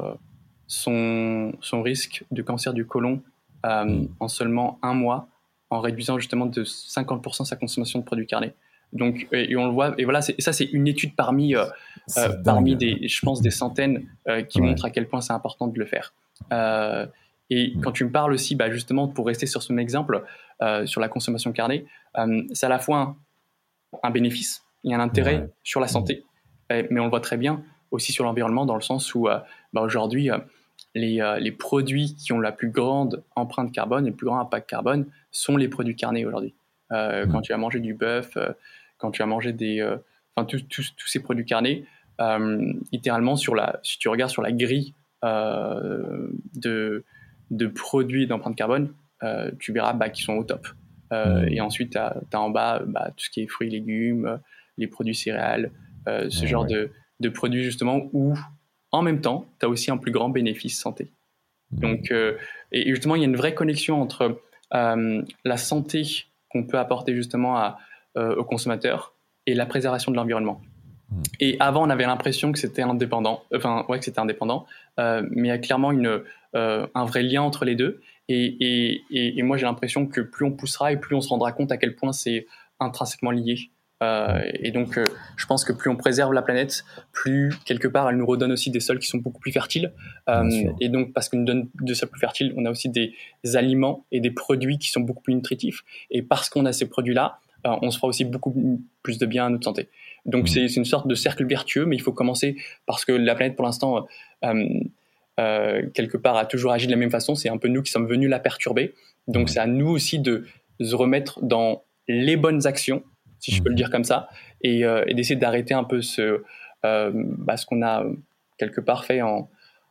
son, son risque de cancer du côlon euh, mmh. en seulement un mois, en réduisant justement de cinquante pour cent sa consommation de produits carnés. Donc, et, et on le voit, et voilà, c'est, et ça c'est une étude parmi, euh, euh, parmi des, je pense, des centaines euh, qui ouais. montre à quel point c'est important de le faire. Euh, et mmh. quand tu me parles aussi, bah, justement, pour rester sur son exemple, euh, sur la consommation carnée, euh, c'est à la fois un, un bénéfice, il y a un intérêt ouais. sur la santé, mmh. mais on le voit très bien aussi sur l'environnement, dans le sens où euh, bah, aujourd'hui, euh, les, euh, les produits qui ont la plus grande empreinte carbone et le plus grand impact carbone sont les produits carnés aujourd'hui. Euh, mmh. Quand tu vas manger du bœuf, euh, quand tu vas manger des, euh, enfin tous tous tous ces produits carnés, euh, littéralement sur la, si tu regardes sur la grille euh, de de produits d'empreinte carbone, euh, tu verras bah, qu'ils sont au top. Euh, mmh. Et ensuite, tu as en bas bah, tout ce qui est fruits, légumes, les produits céréales, euh, ce mmh, genre ouais. de, de produits justement où, en même temps, tu as aussi un plus grand bénéfice santé. Mmh. Donc, euh, et justement, il y a une vraie connexion entre euh, la santé qu'on peut apporter justement à, euh, aux consommateurs et la préservation de l'environnement. Mmh. Et avant, on avait l'impression que c'était indépendant, enfin, ouais, que c'était indépendant, euh, mais il y a clairement une, euh, un vrai lien entre les deux. Et, et, et, et moi, j'ai l'impression que plus on poussera et plus on se rendra compte à quel point c'est intrinsèquement lié. Euh, et donc, euh, je pense que plus on préserve la planète, plus, quelque part, elle nous redonne aussi des sols qui sont beaucoup plus fertiles. Euh, et donc, parce qu'elle nous donne des sols plus fertiles, on a aussi des aliments et des produits qui sont beaucoup plus nutritifs. Et parce qu'on a ces produits-là, euh, on se fera aussi beaucoup plus de bien à notre santé. Donc, mmh. c'est, c'est une sorte de cercle vertueux, mais il faut commencer parce que la planète, pour l'instant, euh, euh, quelque part, a toujours agi de la même façon. C'est un peu nous qui sommes venus la perturber. Donc, mmh. c'est à nous aussi de se remettre dans les bonnes actions, si je peux mmh. le dire comme ça, et, euh, et d'essayer d'arrêter un peu ce, euh, bah, ce qu'on a quelque part fait en,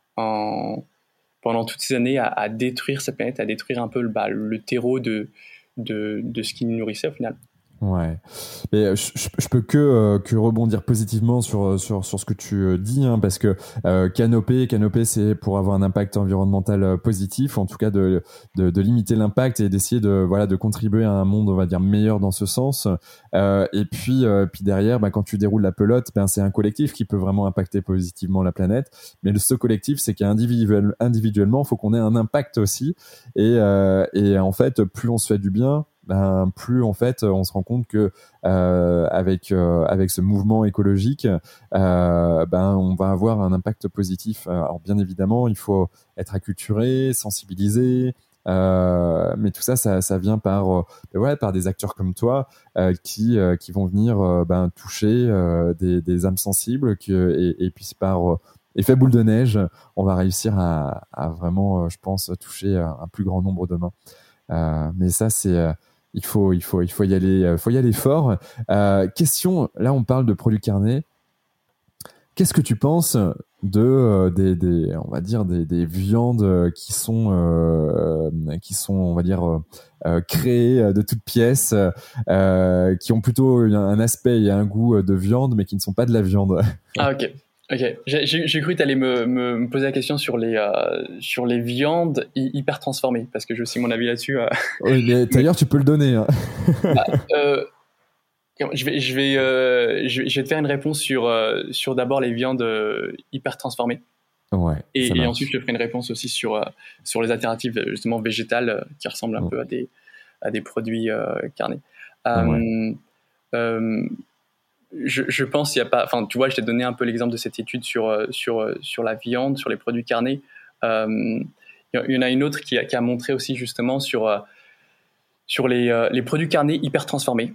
en, pendant toutes ces années à, à détruire cette planète, à détruire un peu bah, le terreau de, de, de ce qui nous nourrissait au final. Ouais, mais je, je, je peux que euh, que rebondir positivement sur sur sur ce que tu dis, hein, parce que euh, Canopé, Canopé, c'est pour avoir un impact environnemental positif, en tout cas de de, de limiter l'impact et d'essayer de voilà de contribuer à un monde, on va dire, meilleur dans ce sens. Euh, et puis euh, puis derrière, bah, quand tu déroules la pelote, ben c'est un collectif qui peut vraiment impacter positivement la planète. Mais le ce collectif, c'est qu'individuel individuellement, faut qu'on ait un impact aussi. Et euh, et en fait, plus on se fait du bien, ben, plus en fait on se rend compte que euh, avec euh, avec ce mouvement écologique, euh, ben on va avoir un impact positif. Alors bien évidemment, il faut être acculturé, sensibilisé, euh, mais tout ça, ça, ça vient par euh, ben ouais, par des acteurs comme toi euh, qui euh, qui vont venir euh, ben toucher euh, des, des âmes sensibles, que, et, et puis par euh, effet boule de neige, on va réussir à, à vraiment, euh, je pense, toucher un plus grand nombre de mains. Euh, mais ça, c'est euh, il faut, il faut, il faut y aller, faut y aller fort. Euh, question, là, on parle de produits carnés. qu'est-ce que tu penses de euh, des, des, on va dire des, des viandes qui sont euh, qui sont, on va dire euh, créées de toutes pièces, euh, qui ont plutôt un aspect et un goût de viande, mais qui ne sont pas de la viande. Ah ok. Ok, j'ai, j'ai, j'ai cru que tu allais me, me, me poser la question sur les, euh, sur les viandes hy- hyper transformées, parce que j'ai aussi mon avis là-dessus. Euh. Oui, mais d'ailleurs, tu peux le donner. Hein. Bah, euh, je, vais, je, vais, euh, je, vais, je vais te faire une réponse sur, euh, sur d'abord les viandes euh, hyper transformées. Ouais, Et, ça et marche. ensuite, je te ferai une réponse aussi sur, euh, sur les alternatives justement végétales euh, qui ressemblent un Ouais. peu à des, à des produits euh, carnés. Ouais. Euh, euh, Je, je pense qu'il y a pas. Enfin, tu vois, je t'ai donné un peu l'exemple de cette étude sur sur sur la viande, sur les produits carnés. Euh, il y en a une autre qui a, qui a montré aussi justement sur sur les les produits carnés hyper transformés.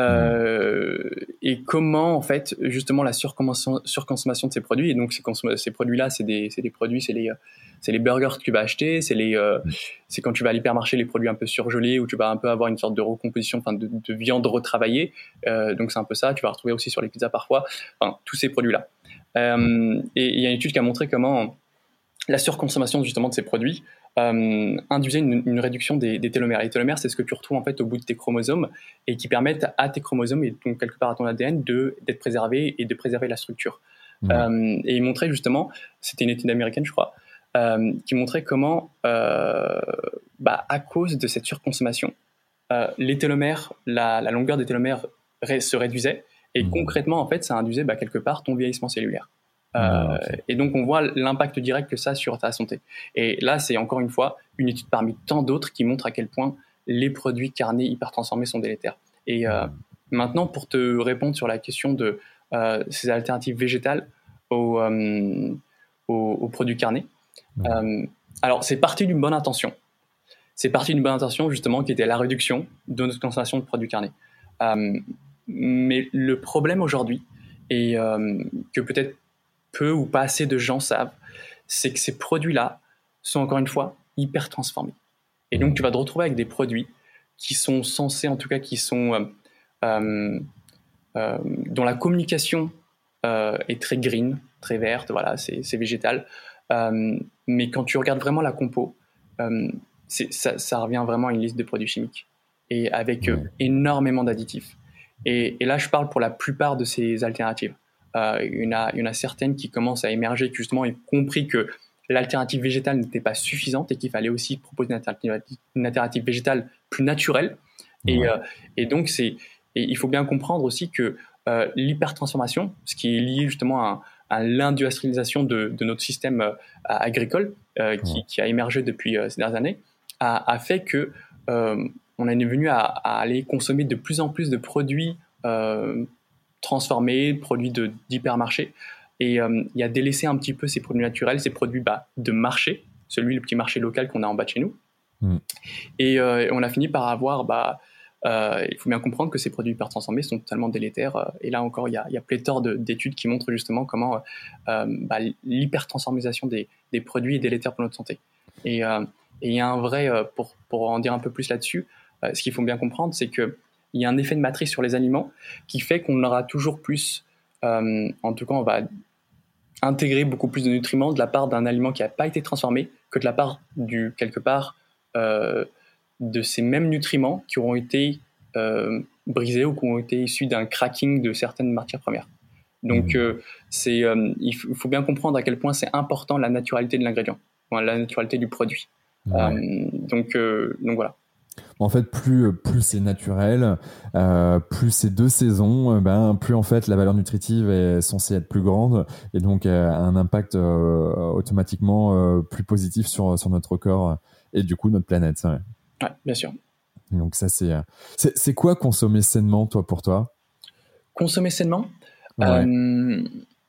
Euh, mmh. Et comment en fait justement la surconsommation, surconsommation de ces produits, et donc ces, consom- ces produits-là, c'est des, c'est des produits, c'est les, c'est les burgers que tu vas acheter, c'est, les, euh, mmh. c'est quand tu vas à l'hypermarché les produits un peu surgelés, où tu vas un peu avoir une sorte de recomposition, enfin de, de viande retravaillée, euh, donc c'est un peu ça, tu vas retrouver aussi sur les pizzas parfois, enfin tous ces produits-là. Euh, et il y a une étude qui a montré comment la surconsommation justement de ces produits euh, induisait une, une réduction des, des télomères. Les télomères, c'est ce que tu retrouves en fait au bout de tes chromosomes et qui permettent à tes chromosomes et donc quelque part à ton A D N de, d'être préservés et de préserver la structure. Ouais. Euh, et il montrait justement, c'était une étude américaine je crois, euh, qui montrait comment, euh, bah, à cause de cette surconsommation, euh, les télomères, la, la longueur des télomères ré, se réduisait et mmh. concrètement en fait ça induisait bah, quelque part ton vieillissement cellulaire. Euh, ah, okay. Et donc on voit l'impact direct que ça a sur ta santé. Et là, c'est encore une fois une étude parmi tant d'autres qui montre à quel point les produits carnés hyper transformés sont délétères. Et euh, mmh. maintenant, pour te répondre sur la question de euh, ces alternatives végétales aux, euh, aux, aux produits carnés, mmh. euh, alors c'est parti d'une bonne intention. C'est parti d'une bonne intention justement qui était la réduction de notre consommation de produits carnés. Euh, mais le problème aujourd'hui, et euh, que peut-être peu ou pas assez de gens savent, c'est que ces produits-là sont encore une fois hyper transformés. Et donc tu vas te retrouver avec des produits qui sont censés, en tout cas qui sont euh, euh, euh, dont la communication euh, est très green, très verte, voilà, c'est, c'est végétal. Euh, mais quand tu regardes vraiment la compo, euh, c'est, ça, ça revient vraiment à une liste de produits chimiques et avec euh, énormément d'additifs. Et, et là, je parle pour la plupart de ces alternatives. Euh, il y en a, il y en a certaines qui commencent à émerger, qui justement ont compris que l'alternative végétale n'était pas suffisante et qu'il fallait aussi proposer une alternative, une alternative végétale plus naturelle. Et, ouais. euh, et donc, c'est, et il faut bien comprendre aussi que euh, l'hypertransformation, ce qui est lié justement à, à l'industrialisation de, de notre système euh, agricole, euh, qui, ouais. qui a émergé depuis euh, ces dernières années, a, a fait que euh, on est venu à, à aller consommer de plus en plus de produits euh, transformés, produits de, d'hypermarché, et euh, il a délaissé un petit peu ces produits naturels, ces produits bah, de marché, celui le petit marché local qu'on a en bas de chez nous, mm. et euh, on a fini par avoir, bah, euh, il faut bien comprendre que ces produits hyper transformés sont totalement délétères, euh, et là encore il y a, y a pléthore de, d'études qui montrent justement comment euh, bah, l'hyper transformisation des, des produits est délétère pour notre santé. Et euh, il y a un vrai, euh, pour, pour en dire un peu plus là-dessus, euh, ce qu'il faut bien comprendre, c'est que il y a un effet de matrice sur les aliments qui fait qu'on aura toujours plus, euh, en tout cas on va intégrer beaucoup plus de nutriments de la part d'un aliment qui n'a pas été transformé que de la part du, quelque part, euh, de ces mêmes nutriments qui auront été euh, brisés ou qui ont été issus d'un cracking de certaines matières premières. Donc mmh. euh, c'est, euh, il faut bien comprendre à quel point c'est important la naturalité de l'ingrédient, la naturalité du produit. Ouais. Euh, donc, euh, donc voilà. En fait, plus, plus c'est naturel, euh, plus c'est de saison, ben, plus en fait la valeur nutritive est censée être plus grande et donc euh, un impact euh, automatiquement euh, plus positif sur, sur notre corps et du coup notre planète. Ouais, ouais bien sûr. Donc ça, c'est, c'est, c'est quoi consommer sainement, toi, pour toi ? Consommer sainement ouais. euh,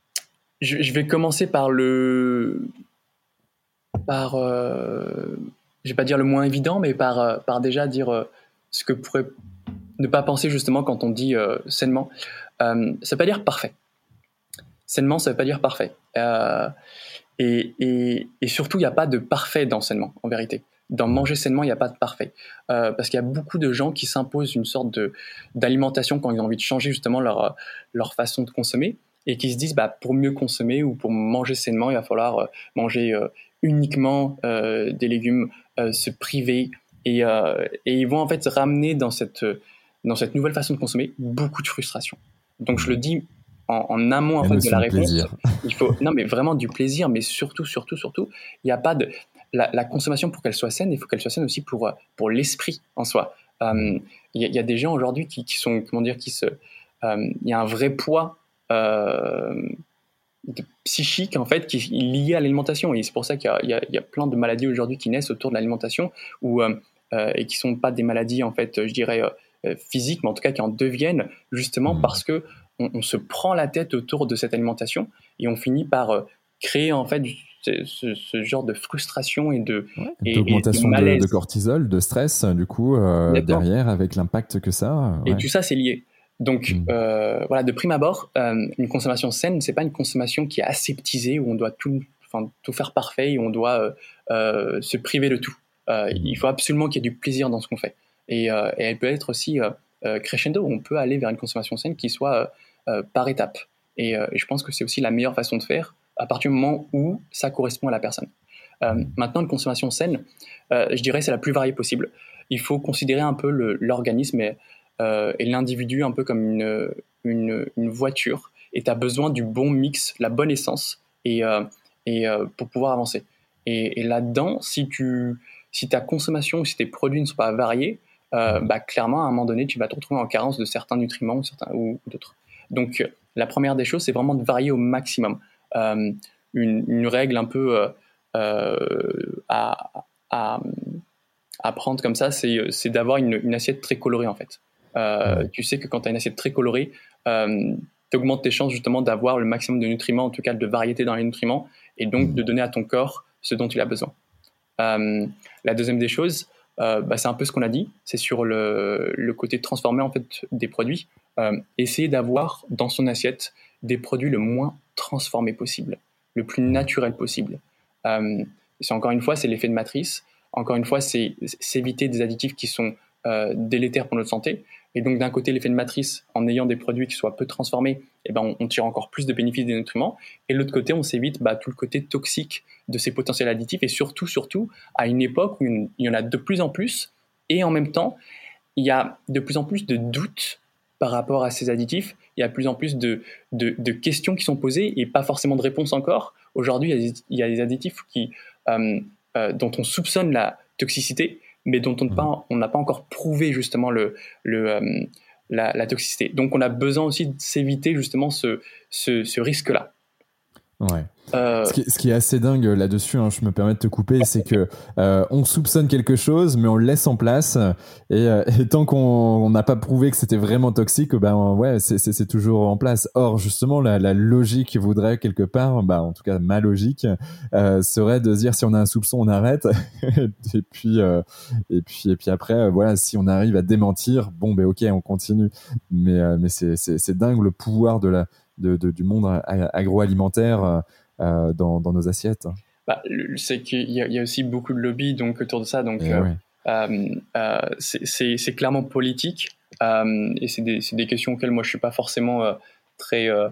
je, je vais commencer par le... par... Euh, je vais pas dire le moins évident, mais par, par déjà dire euh, ce que pourrait ne pas penser justement quand on dit euh, sainement. Euh, ça veut pas dire parfait. Sainement, ça veut pas dire parfait. Euh, et, et, et surtout, il n'y a pas de parfait dans sainement, en vérité. Dans manger sainement, il n'y a pas de parfait. Euh, parce qu'il y a beaucoup de gens qui s'imposent une sorte de, d'alimentation quand ils ont envie de changer justement leur, leur façon de consommer. et qui se disent bah, pour mieux consommer ou pour manger sainement, il va falloir euh, manger euh, uniquement euh, des légumes, euh, se priver et, euh, et ils vont en fait ramener dans cette, dans cette nouvelle façon de consommer beaucoup de frustration. Donc je le dis en, en amont en La fait de la notion de réponse, plaisir. il faut non mais vraiment du plaisir, mais surtout surtout surtout il n'y a pas de la, la consommation pour qu'elle soit saine, il faut qu'elle soit saine aussi pour pour l'esprit en soi. Il euh, y, y a des gens aujourd'hui qui, qui sont comment dire qui se il euh, y a un vrai poids euh, de, psychique en fait qui est lié à l'alimentation et c'est pour ça qu'il y a, il y a, il y a plein de maladies aujourd'hui qui naissent autour de l'alimentation ou euh, euh, et qui sont pas des maladies en fait je dirais euh, physiques mais en tout cas qui en deviennent justement mmh. parce que on, on se prend la tête autour de cette alimentation et on finit par euh, créer en fait ce, ce, ce genre de frustration et de ouais, et, d'augmentation et de, de, de cortisol, de stress du coup euh, derrière avec l'impact que ça. Ouais. Et ouais. tout ça c'est lié. Donc mmh. euh, voilà, de prime abord, euh, une consommation saine, c'est pas une consommation qui est aseptisée où on doit tout, enfin tout faire parfait et on doit euh, euh, se priver de tout. Euh, mmh. Il faut absolument qu'il y ait du plaisir dans ce qu'on fait. Et, euh, et elle peut être aussi euh, euh, crescendo, où on peut aller vers une consommation saine qui soit euh, par étapes. Et, euh, et je pense que c'est aussi la meilleure façon de faire à partir du moment où ça correspond à la personne. Euh, mmh. Maintenant, une consommation saine, euh, je dirais c'est la plus variée possible. Il faut considérer un peu le, l'organisme et Euh, et l'individu un peu comme une, une, une voiture et tu as besoin du bon mix, la bonne essence et, euh, et, euh, pour pouvoir avancer. Et, et là-dedans, si, tu, si ta consommation, si tes produits ne sont pas variés, euh, bah, clairement, à un moment donné, tu vas te retrouver en carence de certains nutriments ou, certains, ou, ou d'autres. Donc, euh, la première des choses, c'est vraiment de varier au maximum. Euh, une, une règle un peu euh, euh, à, à, à prendre comme ça, c'est, c'est d'avoir une, une assiette très colorée, en fait. Euh, ouais. Tu sais que quand tu as une assiette très colorée, euh, tu augmentes tes chances justement d'avoir le maximum de nutriments, en tout cas de variété dans les nutriments, et donc mmh. de donner à ton corps ce dont il a besoin. Euh, la deuxième des choses, euh, bah, c'est un peu ce qu'on a dit, c'est sur le, le côté transformé en fait des produits. Euh, essayer d'avoir dans son assiette des produits le moins transformés possible, le plus naturel possible. Euh, c'est encore une fois, c'est l'effet de matrice. Encore une fois, c'est, c'est s'éviter des additifs qui sont euh, délétères pour notre santé. Et donc, d'un côté, l'effet de matrice, en ayant des produits qui soient peu transformés, eh ben, on, on tire encore plus de bénéfices des nutriments. Et de l'autre côté, on s'évite bah, tout le côté toxique de ces potentiels additifs. Et surtout, surtout, à une époque où une, il y en a de plus en plus. Et en même temps, il y a de plus en plus de doutes par rapport à ces additifs. Il y a de plus en plus de, de, de questions qui sont posées et pas forcément de réponses encore. Aujourd'hui, il y a des, il y a des additifs qui, euh, euh, dont on soupçonne la toxicité, mais dont on n'a pas, on n'a pas encore prouvé justement le, le, euh, la, la toxicité. Donc on a besoin aussi de s'éviter justement ce, ce, ce risque-là. Ouais. Euh... Ce, qui est, ce qui est assez dingue là-dessus, hein, je me permets de te couper, c'est que euh, on soupçonne quelque chose, mais on le laisse en place, et, euh, et tant qu'on n'a pas prouvé que c'était vraiment toxique, ben ouais, c'est, c'est, c'est toujours en place. Or, justement, la, la logique voudrait quelque part, bah en tout cas ma logique, euh, serait de se dire si on a un soupçon, on arrête, et puis euh, et puis et puis après, euh, voilà, si on arrive à démentir, bon ben ok, on continue. Mais euh, mais c'est c'est c'est dingue le pouvoir de la de, de du monde agroalimentaire. Euh, dans, dans nos assiettes. Bah, c'est qu'il y a, il y a aussi beaucoup de lobbies donc, autour de ça, donc eh euh, ouais. euh, euh, c'est, c'est, c'est clairement politique, euh, et c'est des, c'est des questions auxquelles moi je suis pas forcément euh, très, euh,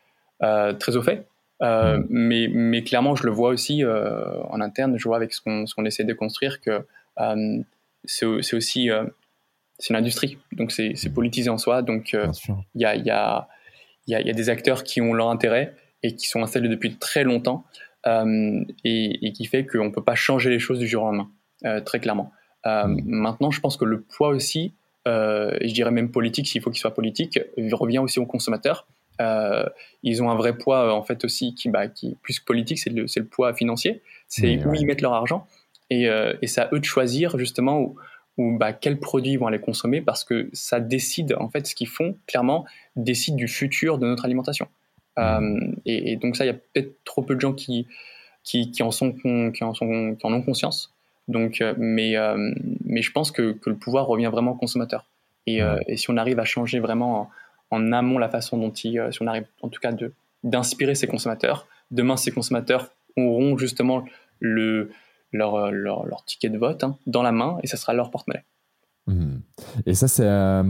euh, très au fait, euh, mmh. mais, mais clairement je le vois aussi euh, en interne, je vois avec ce qu'on, ce qu'on essaie de construire que euh, c'est, c'est aussi euh, c'est une industrie, donc c'est, c'est politisé en soi, donc il euh, y, a, y, a, y, a, y a des acteurs qui ont leur intérêt et qui sont installés depuis très longtemps, euh, et, et qui fait qu'on ne peut pas changer les choses du jour au lendemain, euh, très clairement. Euh, mmh. Maintenant, je pense que le poids aussi, euh, et je dirais même politique, s'il faut qu'il soit politique, revient aussi aux consommateurs. Euh, ils ont un vrai poids, en fait, aussi, qui, bah, qui plus que politique, c'est le, c'est le poids financier. C'est oui, où ouais. ils mettent leur argent. Et, euh, et c'est à eux de choisir, justement, où, où, bah, quels produits ils vont aller consommer, parce que ça décide, en fait, ce qu'ils font, clairement, décide du futur de notre alimentation. Euh, et, et donc ça, il y a peut-être trop peu de gens qui, qui, qui, en, sont, qui, en, sont, qui en ont conscience. Donc, euh, mais, euh, mais je pense que, que le pouvoir revient vraiment au consommateur. Et, euh, et si on arrive à changer vraiment en, en amont la façon dont ils, si on arrive en tout cas de, d'inspirer ces consommateurs, demain ces consommateurs auront justement le, leur, leur, leur ticket de vote, hein, dans la main, et ça sera leur porte-monnaie. Mmh. Et ça, c'est euh,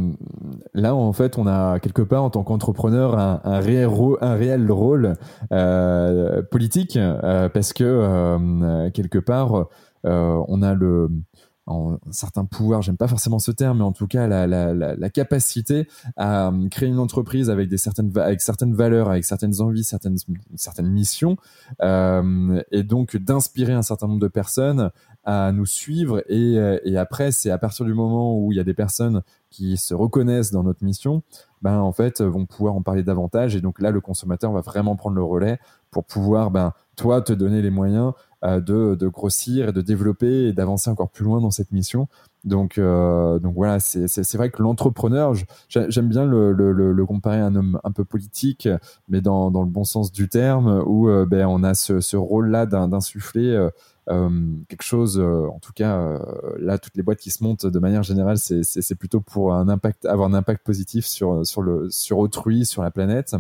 là en fait, on a quelque part en tant qu'entrepreneur un, un réel rôle, un réel rôle euh, politique euh, parce que euh, quelque part, euh, on a le un certain pouvoir, j'aime pas forcément ce terme, mais en tout cas la, la, la, la capacité à euh, créer une entreprise avec des certaines avec certaines valeurs, avec certaines envies, certaines certaines missions, euh, et donc d'inspirer un certain nombre de personnes à nous suivre et, et après c'est à partir du moment où il y a des personnes qui se reconnaissent dans notre mission, ben en fait vont pouvoir en parler davantage et donc là le consommateur va vraiment prendre le relais pour pouvoir ben toi te donner les moyens euh, de, de grossir et de développer et d'avancer encore plus loin dans cette mission. Donc euh, donc voilà, c'est c'est c'est vrai que l'entrepreneur, je, j'aime bien le, le le le comparer à un homme un peu politique, mais dans dans le bon sens du terme, où euh, ben on a ce ce rôle là d'insuffler euh, Euh, quelque chose, euh, en tout cas, euh, là, toutes les boîtes qui se montent de manière générale, c'est, c'est, c'est plutôt pour un impact, avoir un impact positif sur, sur, le, sur autrui, sur la planète.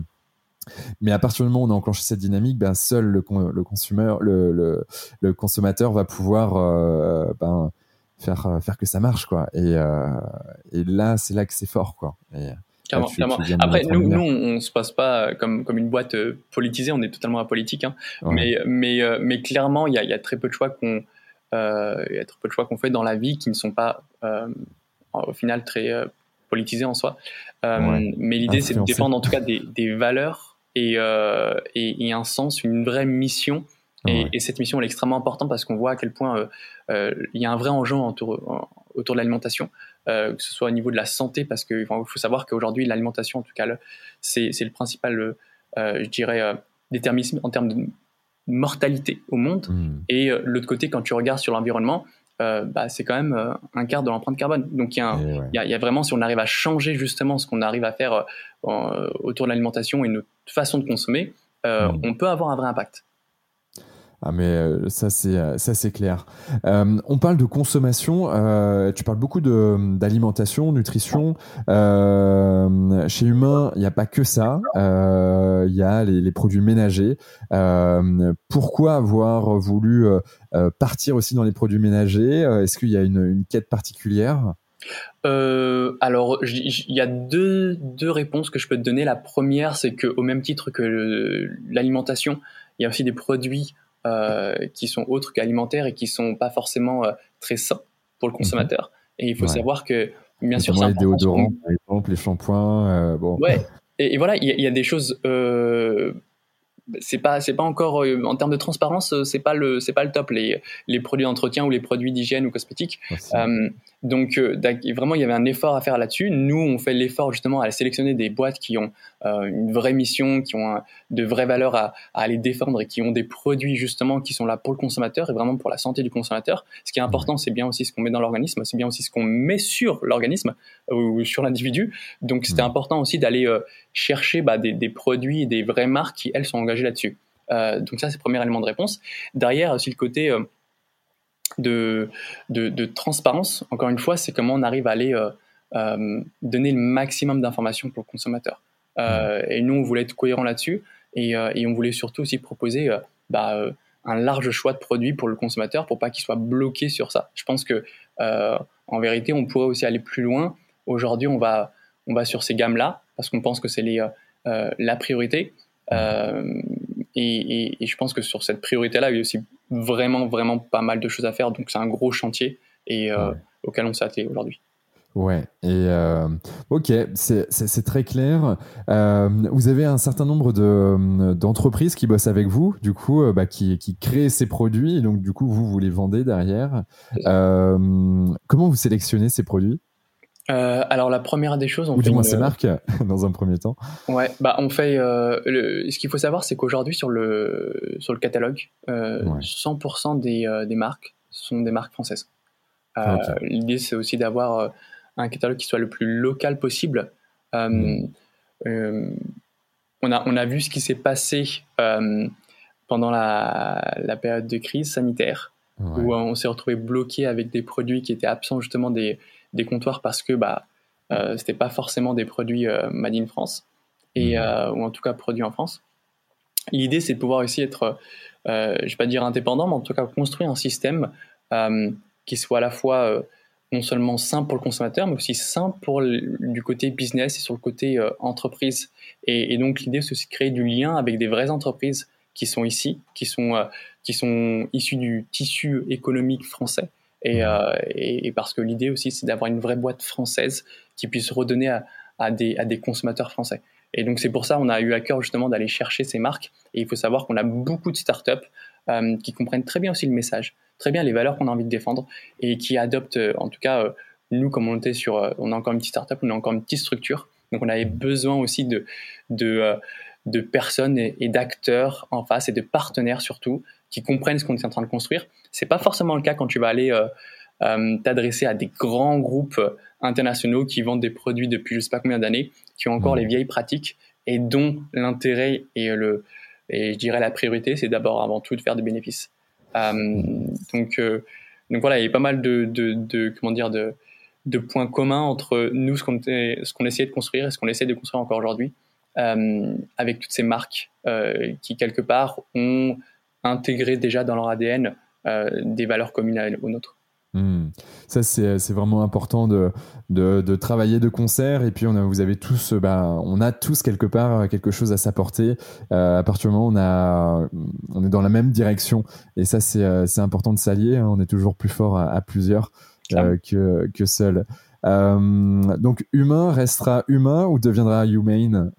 Mais à partir du moment où on a enclenché cette dynamique, ben, seul le, le, consommateur, le, le, le consommateur va pouvoir euh, ben, faire, faire que ça marche, quoi. Et, euh, et là, c'est là que c'est fort, quoi. Et, là, Clairement, tu, clairement. tu viens de le Après, mettre en nous, nous, lumière. on, on se passe pas comme comme une boîte euh, politisée. On est totalement apolitique, hein. Ouais. Mais mais euh, mais clairement, il y a il y a très peu de choix qu'on euh, il y a très peu de choix qu'on fait dans la vie qui ne sont pas euh, au final très euh, politisés en soi. Euh, Ouais. mais l'idée, c'est de Influencé. défendre en tout cas des des valeurs et euh, et, et un sens, une vraie mission. Et, Ouais. et cette mission elle est extrêmement importante parce qu'on voit à quel point euh, euh, il y a un vrai enjeu autour autour de l'alimentation. Euh, que ce soit au niveau de la santé, parce qu'il faut savoir qu'aujourd'hui, l'alimentation, en tout cas, le, c'est, c'est le principal, euh, je dirais, euh, déterminisme en termes de mortalité au monde. Mmh. Et euh, l'autre côté, quand tu regardes sur l'environnement, euh, bah, c'est quand même euh, un quart de l'empreinte carbone. Donc, il y, Ouais. y, y a vraiment, si on arrive à changer justement ce qu'on arrive à faire euh, autour de l'alimentation et notre façon de consommer, euh, mmh. on peut avoir un vrai impact. Ah mais euh, ça c'est euh, ça c'est clair. Euh, on parle de consommation. Euh, tu parles beaucoup de d'alimentation, nutrition. Euh, chez Humain, il n'y a pas que ça. Il euh, y a les, les produits ménagers. Euh, pourquoi avoir voulu euh, partir aussi dans les produits ménagers? Est-ce qu'il y a une, une quête particulière? Euh, alors, il y a deux, deux réponses que je peux te donner. La première, c'est qu'au même titre que le, l'alimentation, il y a aussi des produits euh, qui sont autres qu'alimentaires et qui sont pas forcément euh, très sains pour le consommateur. Mmh. Et il faut ouais. savoir que, bien Notamment sûr, c'est les déodorants, qu'on... par exemple, les shampoings. Euh, bon. Ouais. Et, et voilà, il y, y a des choses. Euh, c'est pas c'est pas encore euh, en termes de transparence, c'est pas le c'est pas le top, les les produits d'entretien ou les produits d'hygiène ou cosmétiques. Euh, donc euh, vraiment il y avait un effort à faire là-dessus. Nous on fait l'effort justement à sélectionner des boîtes qui ont euh, une vraie mission, qui ont un, de vraies valeurs à, à aller défendre et qui ont des produits justement qui sont là pour le consommateur et vraiment pour la santé du consommateur. Ce qui est important, c'est bien aussi ce qu'on met dans l'organisme, c'est bien aussi ce qu'on met sur l'organisme ou sur l'individu. Donc c'était mmh. important aussi d'aller euh, chercher bah, des, des produits et des vraies marques qui elles sont engagées là-dessus. Euh, donc ça c'est le premier élément de réponse. Derrière aussi le côté euh, de, de, de transparence, encore une fois, c'est comment on arrive à aller euh, euh, donner le maximum d'informations pour le consommateur. Euh, et nous, on voulait être cohérent là-dessus et, euh, et on voulait surtout aussi proposer euh, bah, euh, un large choix de produits pour le consommateur pour pas qu'il soit bloqué sur ça. Je pense que euh, en vérité, on pourrait aussi aller plus loin. Aujourd'hui, on va, on va sur ces gammes-là parce qu'on pense que c'est les, euh, la priorité. Euh, et, et, et je pense que sur cette priorité-là, il y a aussi vraiment, vraiment pas mal de choses à faire. Donc, c'est un gros chantier et, euh, ouais. auquel on s'est attelé aujourd'hui. Ouais, et euh, ok, c'est, c'est, c'est très clair. Euh, vous avez un certain nombre de, d'entreprises qui bossent avec vous, du coup, euh, bah, qui, qui créent ces produits, et donc du coup, vous, vous les vendez derrière. Euh, comment vous sélectionnez ces produits ? Euh, alors la première des choses, on ou du fait moins une... ces marques dans un premier temps. Ouais, bah on fait. Euh, le... Ce qu'il faut savoir, c'est qu'aujourd'hui sur le sur le catalogue, euh, ouais. cent pour cent des euh, des marques sont des marques françaises. Euh, okay. L'idée, c'est aussi d'avoir euh, un catalogue qui soit le plus local possible. Euh, mm. euh, on a on a vu ce qui s'est passé euh, pendant la la période de crise sanitaire, ouais. où on s'est retrouvé bloqué avec des produits qui étaient absents justement des des comptoirs parce que bah euh, c'était pas forcément des produits euh, made in France et mmh. euh, ou en tout cas produits en France. L'idée c'est de pouvoir aussi être, euh, je vais pas dire indépendant, mais en tout cas construire un système euh, qui soit à la fois euh, non seulement sain pour le consommateur, mais aussi sain pour le, du côté business et sur le côté euh, entreprise. Et, et donc l'idée, c'est aussi de créer du lien avec des vraies entreprises qui sont ici, qui sont, euh, qui sont issues du tissu économique français. Et, euh, et, et parce que l'idée aussi, c'est d'avoir une vraie boîte française qui puisse redonner à, à, des, à des consommateurs français. Et donc c'est pour ça qu'on a eu à cœur justement d'aller chercher ces marques. Et il faut savoir qu'on a beaucoup de startups euh, qui comprennent très bien aussi le message, très bien les valeurs qu'on a envie de défendre et qui adoptent, euh, en tout cas, euh, nous, comme on était sur, euh, on a encore une petite startup, on a encore une petite structure. Donc on avait besoin aussi de, de, euh, de personnes et, et d'acteurs en face et de partenaires surtout qui comprennent ce qu'on est en train de construire. C'est pas forcément le cas quand tu vas aller euh, euh, t'adresser à des grands groupes internationaux qui vendent des produits depuis je sais pas combien d'années, qui ont encore mmh. les vieilles pratiques et dont l'intérêt et le et je dirais la priorité, c'est d'abord avant tout de faire des bénéfices. Euh, donc euh, donc voilà, il y a pas mal de, de, de comment dire de de points communs entre nous, ce qu'on, était, ce qu'on essayait de construire et ce qu'on essaie de construire encore aujourd'hui, euh, avec toutes ces marques euh, qui, quelque part, ont intégré déjà dans leur A D N euh, des valeurs communes aux nôtres. Mmh. Ça, c'est, c'est vraiment important de, de, de travailler de concert. Et puis, on a, vous avez tous, bah, on a tous quelque part quelque chose à s'apporter. Euh, à partir du moment où on, a, on est dans la même direction. Et ça, c'est, c'est important de s'allier. Hein. On est toujours plus fort à, à plusieurs euh, que, que seul. Euh, donc, humain restera humain ou deviendra humane?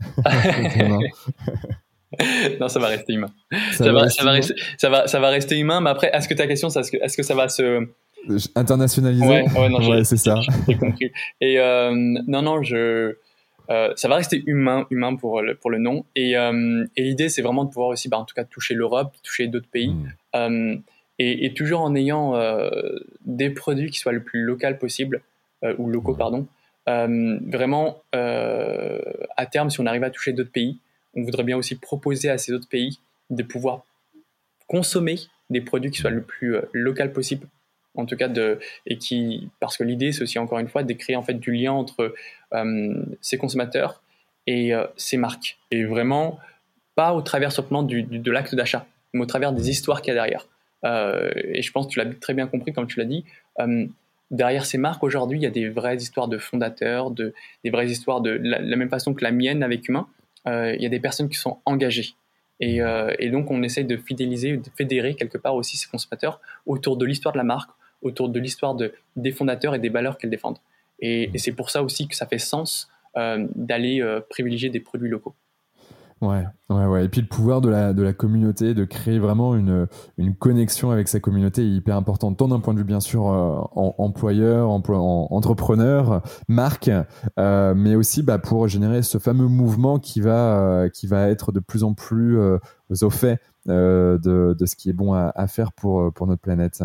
Non, ça va rester humain. Ça, ça, va, va, ça, va rester, ça, va, ça va rester humain, mais après, est-ce que ta question, c'est est-ce que, est-ce que ça va se... Internationalisé? Ouais, ouais, non, ouais c'est ça. J'ai compris. Et euh, non, non, je... Euh, ça va rester humain, humain pour le, pour le nom. Et, euh, et l'idée, c'est vraiment de pouvoir aussi, bah, en tout cas, toucher l'Europe, toucher d'autres pays. Mmh. Euh, et, et toujours en ayant euh, des produits qui soient le plus local possible, euh, ou locaux, ouais. pardon. Euh, vraiment, euh, à terme, si on arrive à toucher d'autres pays, on voudrait bien aussi proposer à ces autres pays de pouvoir consommer des produits qui soient le plus euh, local possible. En tout cas, de, et qui, parce que l'idée, c'est aussi encore une fois de créer en fait du lien entre euh, ces consommateurs et euh, ces marques. Et vraiment, pas au travers simplement du, du, de l'acte d'achat, mais au travers des histoires qu'il y a derrière. Euh, et je pense que tu l'as très bien compris, comme tu l'as dit. Euh, derrière ces marques, aujourd'hui, il y a des vraies histoires de fondateurs, de, des vraies histoires de la, la même façon que la mienne avec Humain. Euh, il y a des personnes qui sont engagées. Et, euh, et donc, on essaie de fidéliser, de fédérer quelque part aussi ces consommateurs autour de l'histoire de la marque, autour de l'histoire de, des fondateurs et des valeurs qu'elles défendent. Et, et c'est pour ça aussi que ça fait sens euh, d'aller euh, privilégier des produits locaux. Ouais, ouais, ouais. Et puis le pouvoir de la, de la communauté, de créer vraiment une, une connexion avec sa communauté est hyper important, tant d'un point de vue bien sûr euh, en, employeur, emploi, en, entrepreneur, marque, euh, mais aussi bah, pour générer ce fameux mouvement qui va, euh, qui va être de plus en plus euh, au fait euh, de, de ce qui est bon à, à faire pour, pour notre planète.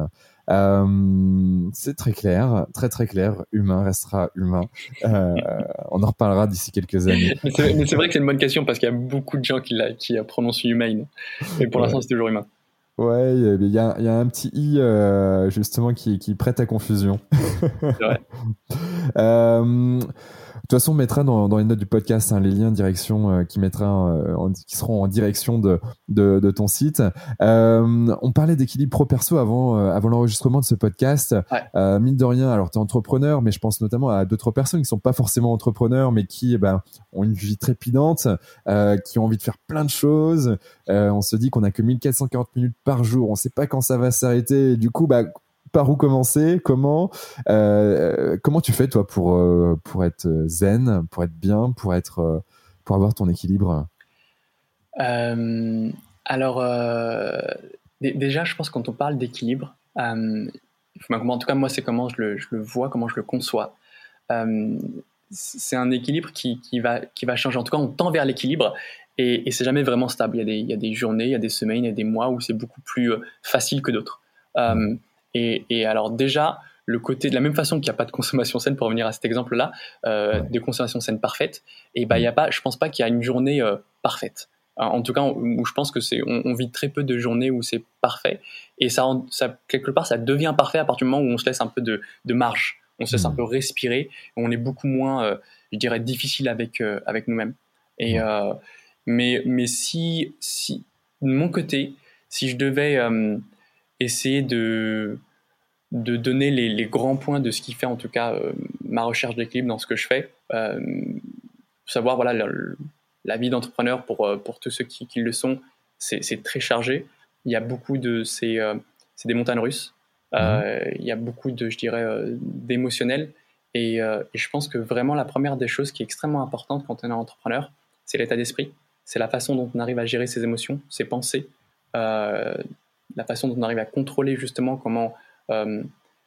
Euh, c'est très clair, très très clair. Humain restera humain. Euh, on en reparlera d'ici quelques années. mais, c'est, mais c'est vrai que c'est une bonne question parce qu'il y a beaucoup de gens qui, la, qui prononcent humain. Mais pour ouais. l'instant, c'est toujours humain. Ouais, il y a, y a un petit i euh, justement qui, qui prête à confusion. C'est vrai. euh, De toute façon, on mettra dans, dans les notes du podcast hein, les liens direction euh, qui mettra, euh, en, qui seront en direction de, de, de ton site. Euh, on parlait d'équilibre pro-perso avant, euh, avant l'enregistrement de ce podcast. Ouais. Euh, mine de rien, alors tu es entrepreneur, mais je pense notamment à d'autres personnes qui sont pas forcément entrepreneurs, mais qui eh ben, ont une vie trépidante, euh, qui ont envie de faire plein de choses. Euh, on se dit qu'on a que mille quatre cent quarante minutes par jour. On sait pas quand ça va s'arrêter. Et du coup, bah, par où commencer, comment euh, comment tu fais toi pour euh, pour être zen, pour être bien, pour être euh, pour avoir ton équilibre? euh, Alors euh, d- déjà, je pense que quand on parle d'équilibre, euh, en tout cas moi c'est comment je le, je le vois, comment je le conçois. Euh, c'est un équilibre qui, qui va qui va changer. En tout cas, on tend vers l'équilibre et, et c'est jamais vraiment stable. Il y a des il y a des journées, il y a des semaines, il y a des mois où c'est beaucoup plus euh, facile que d'autres. Euh, mmh. Et, et alors déjà, le côté de la même façon qu'il n'y a pas de consommation saine, pour revenir à cet exemple-là, euh, ouais. de consommation saine parfaite, et ben il y a pas, je pense pas qu'il y a une journée euh, parfaite. En tout cas, où je pense que c'est, on, on vit très peu de journées où c'est parfait, et ça, ça quelque part, ça devient parfait à partir du moment où on se laisse un peu de, de marge, on se laisse mmh. un peu respirer, on est beaucoup moins, euh, je dirais, difficile avec euh, avec nous-mêmes. Et mmh. euh, mais mais si si de mon côté, si je devais euh, essayer de de donner les, les grands points de ce qui fait en tout cas euh, ma recherche d'équilibre dans ce que je fais. Euh, savoir voilà le, la vie d'entrepreneur pour pour tous ceux qui, qui le sont, c'est, c'est très chargé. Il y a beaucoup de c'est euh, c'est des montagnes russes. Euh, mmh. Il y a beaucoup de je dirais euh, d'émotionnel et, euh, et je pense que vraiment la première des choses qui est extrêmement importante quand on est entrepreneur, c'est l'état d'esprit, c'est la façon dont on arrive à gérer ses émotions, ses pensées, euh, la façon dont on arrive à contrôler justement comment euh,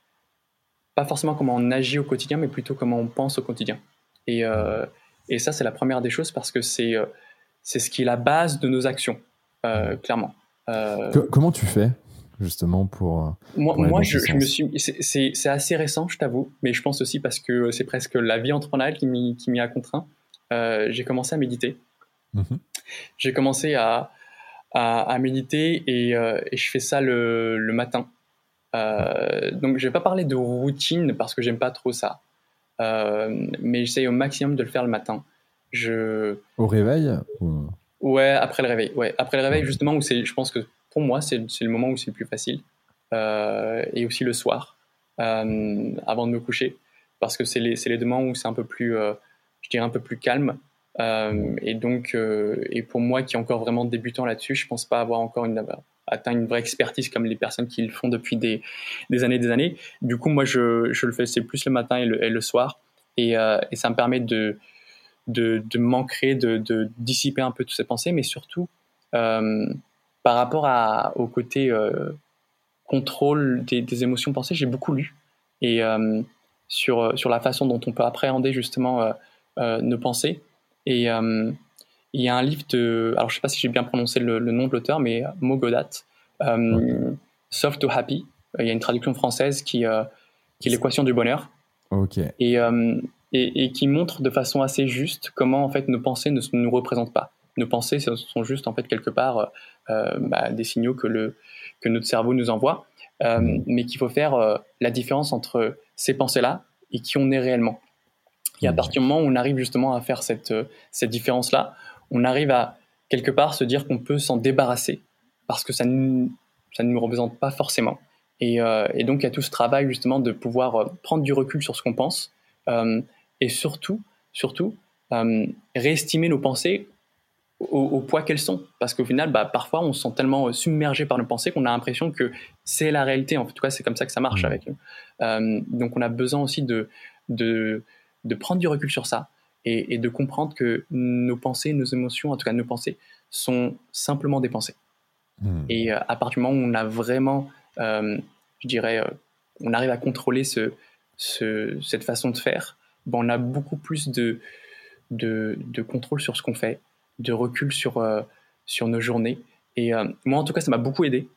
pas forcément comment on agit au quotidien, mais plutôt comment on pense au quotidien. Et, euh, et ça, c'est la première des choses parce que c'est, euh, c'est ce qui est la base de nos actions, euh, clairement. Euh, que, comment tu fais, justement, pour. Moi, pour moi je, je me suis. C'est, c'est, c'est assez récent, je t'avoue, mais je pense aussi parce que c'est presque la vie entrepreneuriale qui m'y, qui m'y a contraint. Euh, j'ai commencé à méditer. Mm-hmm. J'ai commencé à, à, à méditer et, euh, et je fais ça le, le matin. Euh, donc, je vais pas parler de routine parce que j'aime pas trop ça. Euh, mais j'essaye au maximum de le faire le matin. Je... Au réveil ou... Ouais, après le réveil. Ouais, après le réveil, okay. Justement, où c'est, je pense que pour moi, c'est, c'est le moment où c'est le plus facile. Euh, et aussi le soir, euh, avant de me coucher, parce que c'est les, c'est les deux moments où c'est un peu plus, euh, je dirais un peu plus calme. Euh, et donc, euh, et pour moi qui est encore vraiment débutant là-dessus, je pense pas avoir encore une, atteint une vraie expertise comme les personnes qui le font depuis des, des années et des années. Du coup, moi, je, je le fais, c'est plus le matin et le, et le soir. Et, euh, et ça me permet de, de, de m'ancrer, de, de dissiper un peu toutes ces pensées, mais surtout, euh, par rapport à, au côté euh, contrôle des, des émotions pensées, j'ai beaucoup lu. Et euh, sur, sur la façon dont on peut appréhender justement euh, euh, nos pensées. Et euh, il y a un livre de, alors je sais pas si j'ai bien prononcé le, le nom de l'auteur, mais Mo Gawdat, euh, Soft to Happy. Il y a une traduction française qui, euh, qui est l'équation du bonheur. Ok. Et, euh, et, et qui montre de façon assez juste comment en fait nos pensées ne nous représentent pas. Nos pensées sont juste en fait quelque part euh, bah, des signaux que le que notre cerveau nous envoie, euh, mmh. mais qu'il faut faire euh, la différence entre ces pensées-là et qui on est réellement. Et à partir du moment où on arrive justement à faire cette, cette différence-là, on arrive à quelque part se dire qu'on peut s'en débarrasser parce que ça ne ça ne nous représente pas forcément. Et, euh, et donc il y a tout ce travail justement de pouvoir euh, prendre du recul sur ce qu'on pense euh, et surtout, surtout euh, réestimer nos pensées au, au poids qu'elles sont. Parce qu'au final, bah, parfois on se sent tellement submergé par nos pensées qu'on a l'impression que c'est la réalité. En tout cas, c'est comme ça que ça marche mmh. avec nous. Euh, donc on a besoin aussi de... de de prendre du recul sur ça et, et de comprendre que nos pensées, nos émotions, en tout cas nos pensées, sont simplement des pensées. Mmh. Et euh, à partir du moment où on a vraiment, euh, je dirais, euh, on arrive à contrôler ce, ce, cette façon de faire, ben on a beaucoup plus de, de, de contrôle sur ce qu'on fait, de recul sur, euh, sur nos journées. Et euh, moi, en tout cas, ça m'a beaucoup aidé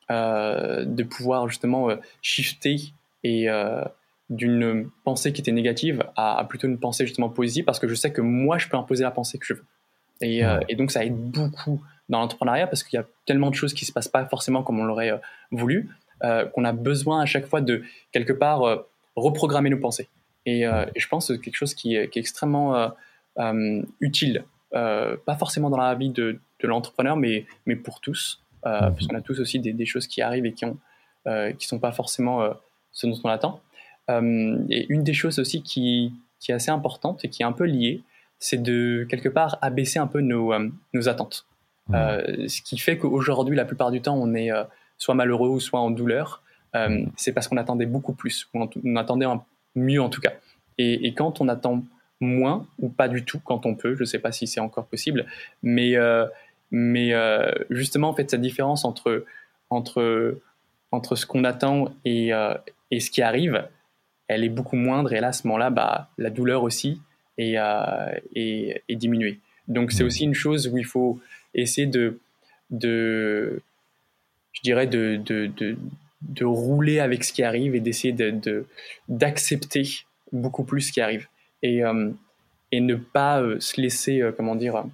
euh, de pouvoir justement euh, shifter et... Euh, d'une pensée qui était négative à, à plutôt une pensée justement positive parce que je sais que moi je peux imposer la pensée que je veux et, ouais. euh, et donc ça aide beaucoup dans l'entrepreneuriat parce qu'il y a tellement de choses qui se passent pas forcément comme on l'aurait euh, voulu euh, qu'on a besoin à chaque fois de quelque part euh, reprogrammer nos pensées et, euh, et je pense que c'est quelque chose qui est, qui est extrêmement euh, euh, utile euh, pas forcément dans la vie de, de l'entrepreneur mais, mais pour tous euh, mm-hmm. puisqu'on a tous aussi des, des choses qui arrivent et qui ont euh, qui sont pas forcément euh, ce dont on attend. Euh, et une des choses aussi qui, qui est assez importante et qui est un peu liée, c'est de quelque part abaisser un peu nos, euh, nos attentes. Mmh. Euh, ce qui fait qu'aujourd'hui, la plupart du temps, on est euh, soit malheureux ou soit en douleur. Euh, mmh. C'est parce qu'on attendait beaucoup plus, ou on attendait un, mieux en tout cas. Et, et quand on attend moins, ou pas du tout quand on peut, je ne sais pas si c'est encore possible, mais, euh, mais euh, justement, en fait, cette différence entre, entre, entre ce qu'on attend et, euh, et ce qui arrive, elle est beaucoup moindre et là, à ce moment-là, bah, la douleur aussi est, euh, est, est diminuée. Donc, c'est mmh. aussi une chose où il faut essayer de, de je dirais, de, de, de, de rouler avec ce qui arrive et d'essayer de, de, d'accepter beaucoup plus ce qui arrive. Et, euh, et ne pas euh, se laisser, euh, comment dire,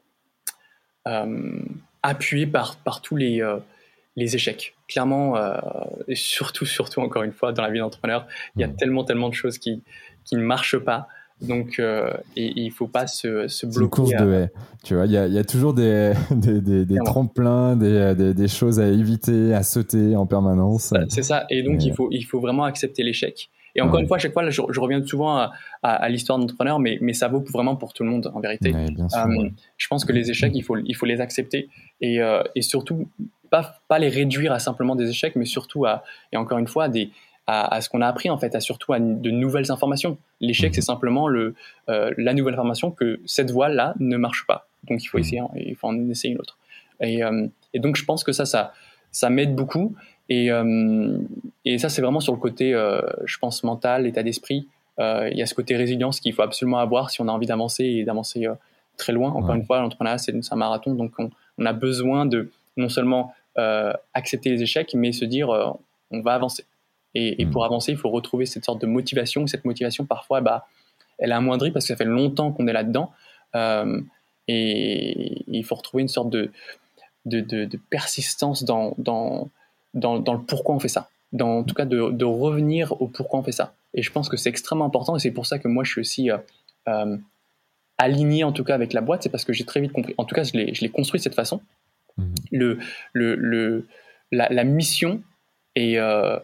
euh, appuyer par, par tous les... Euh, les échecs. Clairement, euh, et surtout, surtout, encore une fois, dans la vie d'entrepreneur, il y a tellement, tellement de choses qui, qui ne marchent pas. Donc, euh, et, et il faut pas se, se bloquer. C'est une course à... de haies. Tu vois, il y a, y a toujours des, des, des, des tremplins, des, des, des choses à éviter, à sauter en permanence. C'est ça. C'est ça. Et donc, Mais... il faut, il faut vraiment accepter l'échec. Et encore ouais. une fois, à chaque fois, là, je, je reviens souvent à, à, à l'histoire d'entrepreneur, mais, mais ça vaut vraiment pour tout le monde, en vérité. Ouais, bien sûr, euh, ouais. Je pense que les échecs, il faut, il faut les accepter. Et, euh, et surtout, pas, pas les réduire à simplement des échecs, mais surtout à, et encore une fois, des, à, à ce qu'on a appris, en fait, à surtout à de nouvelles informations. L'échec, mmh. c'est simplement le, euh, la nouvelle information que cette voie-là ne marche pas. Donc, il faut, mmh. essayer, il faut en essayer une autre. Et, euh, et donc, je pense que ça, ça, ça m'aide beaucoup. Et, euh, et ça, c'est vraiment sur le côté, euh, je pense, mental, état d'esprit. Euh, il y a ce côté résilience qu'il faut absolument avoir si on a envie d'avancer et d'avancer euh, très loin. Encore ouais. une fois, l'entrepreneuriat, c'est, c'est un marathon, donc on, on a besoin de non seulement euh, accepter les échecs, mais se dire, euh, on va avancer. Et, et mmh. pour avancer, il faut retrouver cette sorte de motivation. Cette motivation, parfois, bah, elle est amoindrie parce que ça fait longtemps qu'on est là-dedans. Euh, et, et il faut retrouver une sorte de, de, de, de persistance dans... dans Dans, dans le pourquoi on fait ça, dans, en tout cas de, de revenir au pourquoi on fait ça. Et je pense que c'est extrêmement important et c'est pour ça que moi je suis aussi euh, euh, aligné en tout cas avec la boîte, c'est parce que j'ai très vite compris, en tout cas je l'ai, je l'ai construit de cette façon. Mmh. Le, le, le, la, la mission est, euh,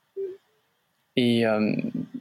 est, euh,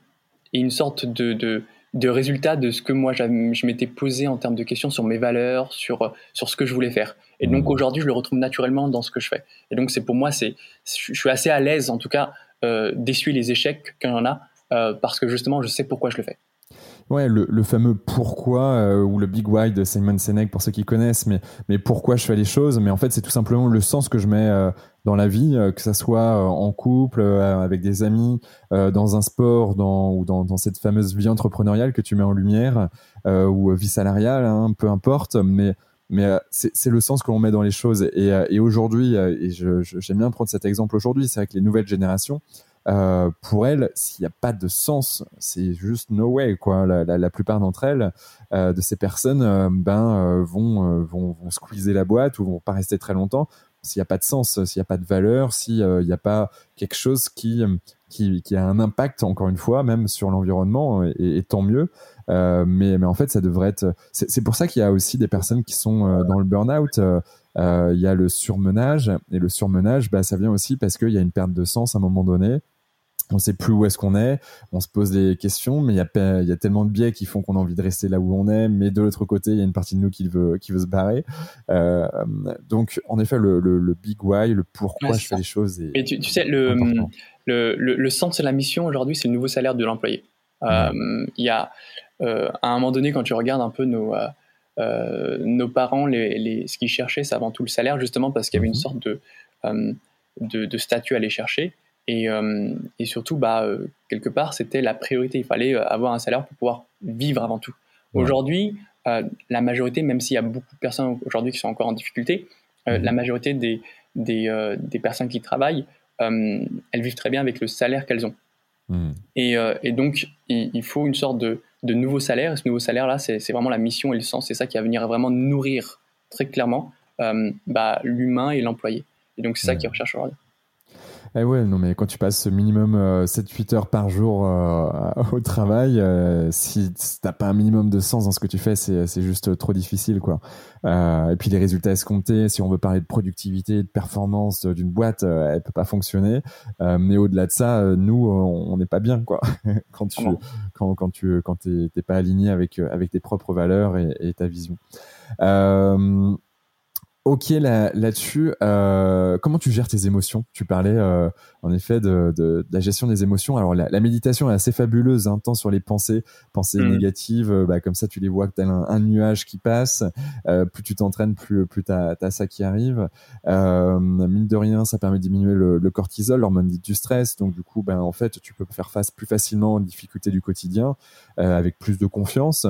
est une sorte de, de, de résultat de ce que moi je m'étais posé en termes de questions sur mes valeurs, sur, sur ce que je voulais faire. Et donc mmh. aujourd'hui, je le retrouve naturellement dans ce que je fais. Et donc c'est pour moi, c'est, je suis assez à l'aise en tout cas euh, d'essuyer les échecs quand il y en a, euh, parce que justement, je sais pourquoi je le fais. Ouais, le, le fameux pourquoi euh, ou le big why de Simon Sinek pour ceux qui connaissent, mais, mais pourquoi je fais les choses. Mais en fait, c'est tout simplement le sens que je mets euh, dans la vie, euh, que ça soit euh, en couple, euh, avec des amis, euh, dans un sport, dans, ou dans, dans cette fameuse vie entrepreneuriale que tu mets en lumière, euh, ou vie salariale, hein, peu importe. Mais mais euh, c'est, c'est le sens que l'on met dans les choses. Et, euh, et aujourd'hui, euh, et je, je, j'aime bien prendre cet exemple aujourd'hui, c'est avec les nouvelles générations. Euh, pour elles, s'il n'y a pas de sens, c'est juste no way, quoi. La, la, la plupart d'entre elles, euh, de ces personnes, euh, ben euh, vont, euh, vont vont squeezer la boîte ou vont pas rester très longtemps s'il n'y a pas de sens, s'il n'y a pas de valeur, s'il n'y euh, a pas quelque chose qui qui qui a un impact, encore une fois, même sur l'environnement, et, et tant mieux. Euh, mais mais en fait, ça devrait être. C'est, c'est pour ça qu'il y a aussi des personnes qui sont euh, dans le burn-out. Euh, euh, il y a le surmenage, et le surmenage, bah ça vient aussi parce qu'il y a une perte de sens à un moment donné. On sait plus où est-ce qu'on est, on se pose des questions, mais il y a, il y a tellement de biais qui font qu'on a envie de rester là où on est, mais de l'autre côté, il y a une partie de nous qui veut, qui veut se barrer. Euh, donc, en effet, le, le, le big why, le pourquoi ouais, je fais les choses est. Et tu, tu sais, le, le, le, le sens de la mission aujourd'hui, c'est le nouveau salaire de l'employé. Il euh, ouais. y a, euh, à un moment donné, quand tu regardes un peu nos, euh, euh, nos parents, les, les, ce qu'ils cherchaient, c'est avant tout le salaire, justement parce qu'il y avait mm-hmm. une sorte de, euh, de, de statut à aller chercher. Et, euh, et surtout, bah, euh, quelque part, c'était la priorité. Il fallait avoir un salaire pour pouvoir vivre avant tout. Ouais. Aujourd'hui, euh, la majorité, même s'il y a beaucoup de personnes aujourd'hui qui sont encore en difficulté, euh, mmh. la majorité des, des, euh, des personnes qui travaillent, euh, elles vivent très bien avec le salaire qu'elles ont. Mmh. Et, euh, et donc, il, il faut une sorte de, de nouveau salaire. Et ce nouveau salaire-là, c'est, c'est vraiment la mission et le sens. C'est ça qui va venir vraiment nourrir très clairement euh, bah, l'humain et l'employé. Et donc, c'est ça mmh. qu'ils recherchent aujourd'hui. Eh ouais, non, mais quand tu passes minimum euh, sept huit heures par jour euh, au travail, euh, si t'as pas un minimum de sens dans ce que tu fais, c'est, c'est juste trop difficile, quoi. Euh, et puis les résultats escomptés, si on veut parler de productivité, de performance d'une boîte, euh, elle peut pas fonctionner. Euh, mais au-delà de ça, nous, on n'est pas bien, quoi. quand tu, oh quand, quand tu, quand t'es, t'es pas aligné avec avec tes propres valeurs et, et ta vision. Euh, Ok, là, là-dessus, euh, comment tu gères tes émotions ? Tu parlais euh, en effet de, de, de la gestion des émotions. Alors la, la méditation est assez fabuleuse, hein, tant sur les pensées, pensées mmh. négatives, euh, bah, comme ça tu les vois que tel un, un nuage qui passe. Euh, plus tu t'entraînes, plus plus t'as, t'as ça qui arrive. Euh, mine de rien, ça permet de diminuer le, le cortisol, l'hormone dite du stress. Donc du coup, ben en fait, tu peux faire face plus facilement aux difficultés du quotidien, euh, avec plus de confiance.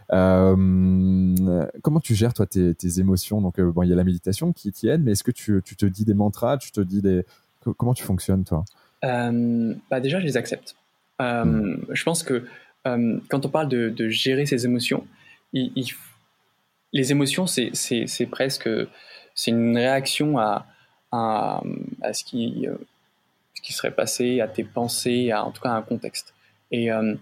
Euh, comment tu gères toi tes, tes émotions ? Donc euh, bon, il y a la méditation qui t'y aide, mais est-ce que tu, tu te dis des mantras, tu te dis des... Comment tu fonctionnes, toi ? euh, bah Déjà, je les accepte. Euh, mmh. Je pense que euh, quand on parle de, de gérer ses émotions, il, il, les émotions, c'est, c'est, c'est presque c'est une réaction à, à, à ce, qui, euh, ce qui serait passé, à tes pensées, à, en tout cas à un contexte. Et, euh,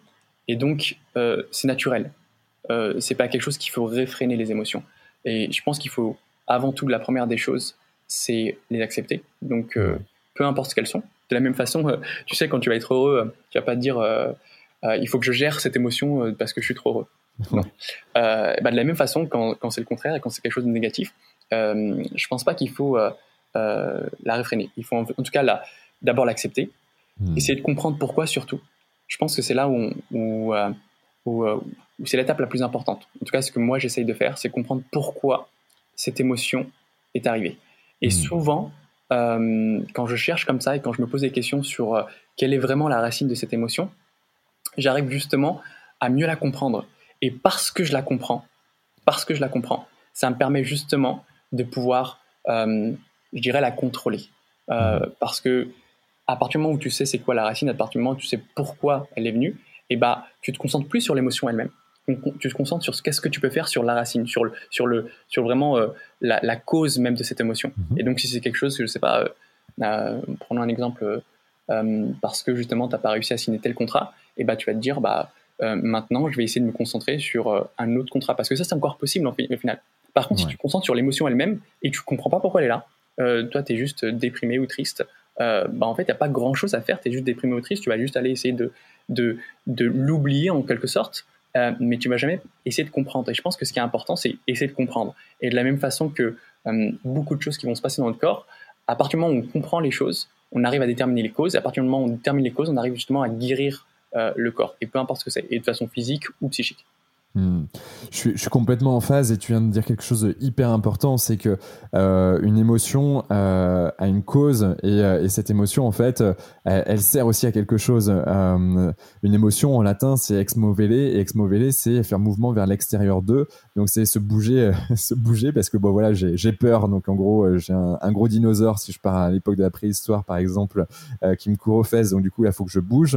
Et donc, euh, c'est naturel. Euh, c'est pas quelque chose qu'il faut réfréner les émotions. Et je pense qu'il faut, avant tout, la première des choses, c'est les accepter. Donc, euh, Ouais. peu importe ce qu'elles sont. De la même façon, euh, tu sais, quand tu vas être heureux, euh, tu vas pas te dire euh, euh, il faut que je gère cette émotion euh, parce que je suis trop heureux. Non. Ouais. Euh, bah, de la même façon, quand, quand c'est le contraire et quand c'est quelque chose de négatif, euh, je pense pas qu'il faut euh, euh, la réfréner. Il faut en, en tout cas la, d'abord l'accepter, Mm. essayer de comprendre pourquoi surtout. Je pense que c'est là où, on, où, euh, où, euh, où c'est l'étape la plus importante. En tout cas, ce que moi j'essaye de faire, c'est comprendre pourquoi cette émotion est arrivée. Et Mm. souvent, euh, quand je cherche comme ça et quand je me pose des questions sur euh, quelle est vraiment la racine de cette émotion, j'arrive justement à mieux la comprendre. Et parce que je la comprends, parce que je la comprends, ça me permet justement de pouvoir, euh, je dirais, la contrôler. Euh, Mm. parce que à partir du moment où tu sais c'est quoi la racine, à partir du moment où tu sais pourquoi elle est venue, et bah, tu te concentres plus sur l'émotion elle-même. Tu te concentres sur ce qu'est-ce que tu peux faire sur la racine, sur, le, sur, le, sur vraiment euh, la, la cause même de cette émotion. Mm. Et donc, si c'est quelque chose, je ne sais pas, euh, euh, prenons un exemple, euh, parce que justement, tu n'as pas réussi à signer tel contrat, et bah, tu vas te dire, bah, euh, maintenant, je vais essayer de me concentrer sur euh, un autre contrat. Parce que ça, c'est encore possible au final. Par contre, Ouais. si tu te concentres sur l'émotion elle-même et tu ne comprends pas pourquoi elle est là, euh, toi, tu es juste déprimé ou triste, euh, bah, en fait, il n'y a pas grand-chose à faire, tu es juste déprimé ou triste, tu vas juste aller essayer de, de, de l'oublier en quelque sorte, euh, mais tu vas jamais essayer de comprendre. Et je pense que ce qui est important, c'est essayer de comprendre. Et de la même façon que euh, beaucoup de choses qui vont se passer dans notre corps, à partir du moment où on comprend les choses, on arrive à déterminer les causes, et à partir du moment où on détermine les causes, on arrive justement à guérir euh, le corps, et peu importe ce que c'est, et de façon physique ou psychique. Hmm. Je suis, je suis complètement en phase et tu viens de dire quelque chose de hyper important, c'est que euh, une émotion euh, a une cause et, euh, et cette émotion en fait, euh, elle, elle sert aussi à quelque chose. Euh, une émotion en latin c'est ex movere et ex movere c'est faire mouvement vers l'extérieur d'eux, donc c'est se bouger, euh, se bouger parce que bon voilà j'ai, j'ai peur, donc en gros euh, j'ai un, un gros dinosaure si je pars à l'époque de la préhistoire par exemple euh, qui me court aux fesses, donc du coup il faut que je bouge.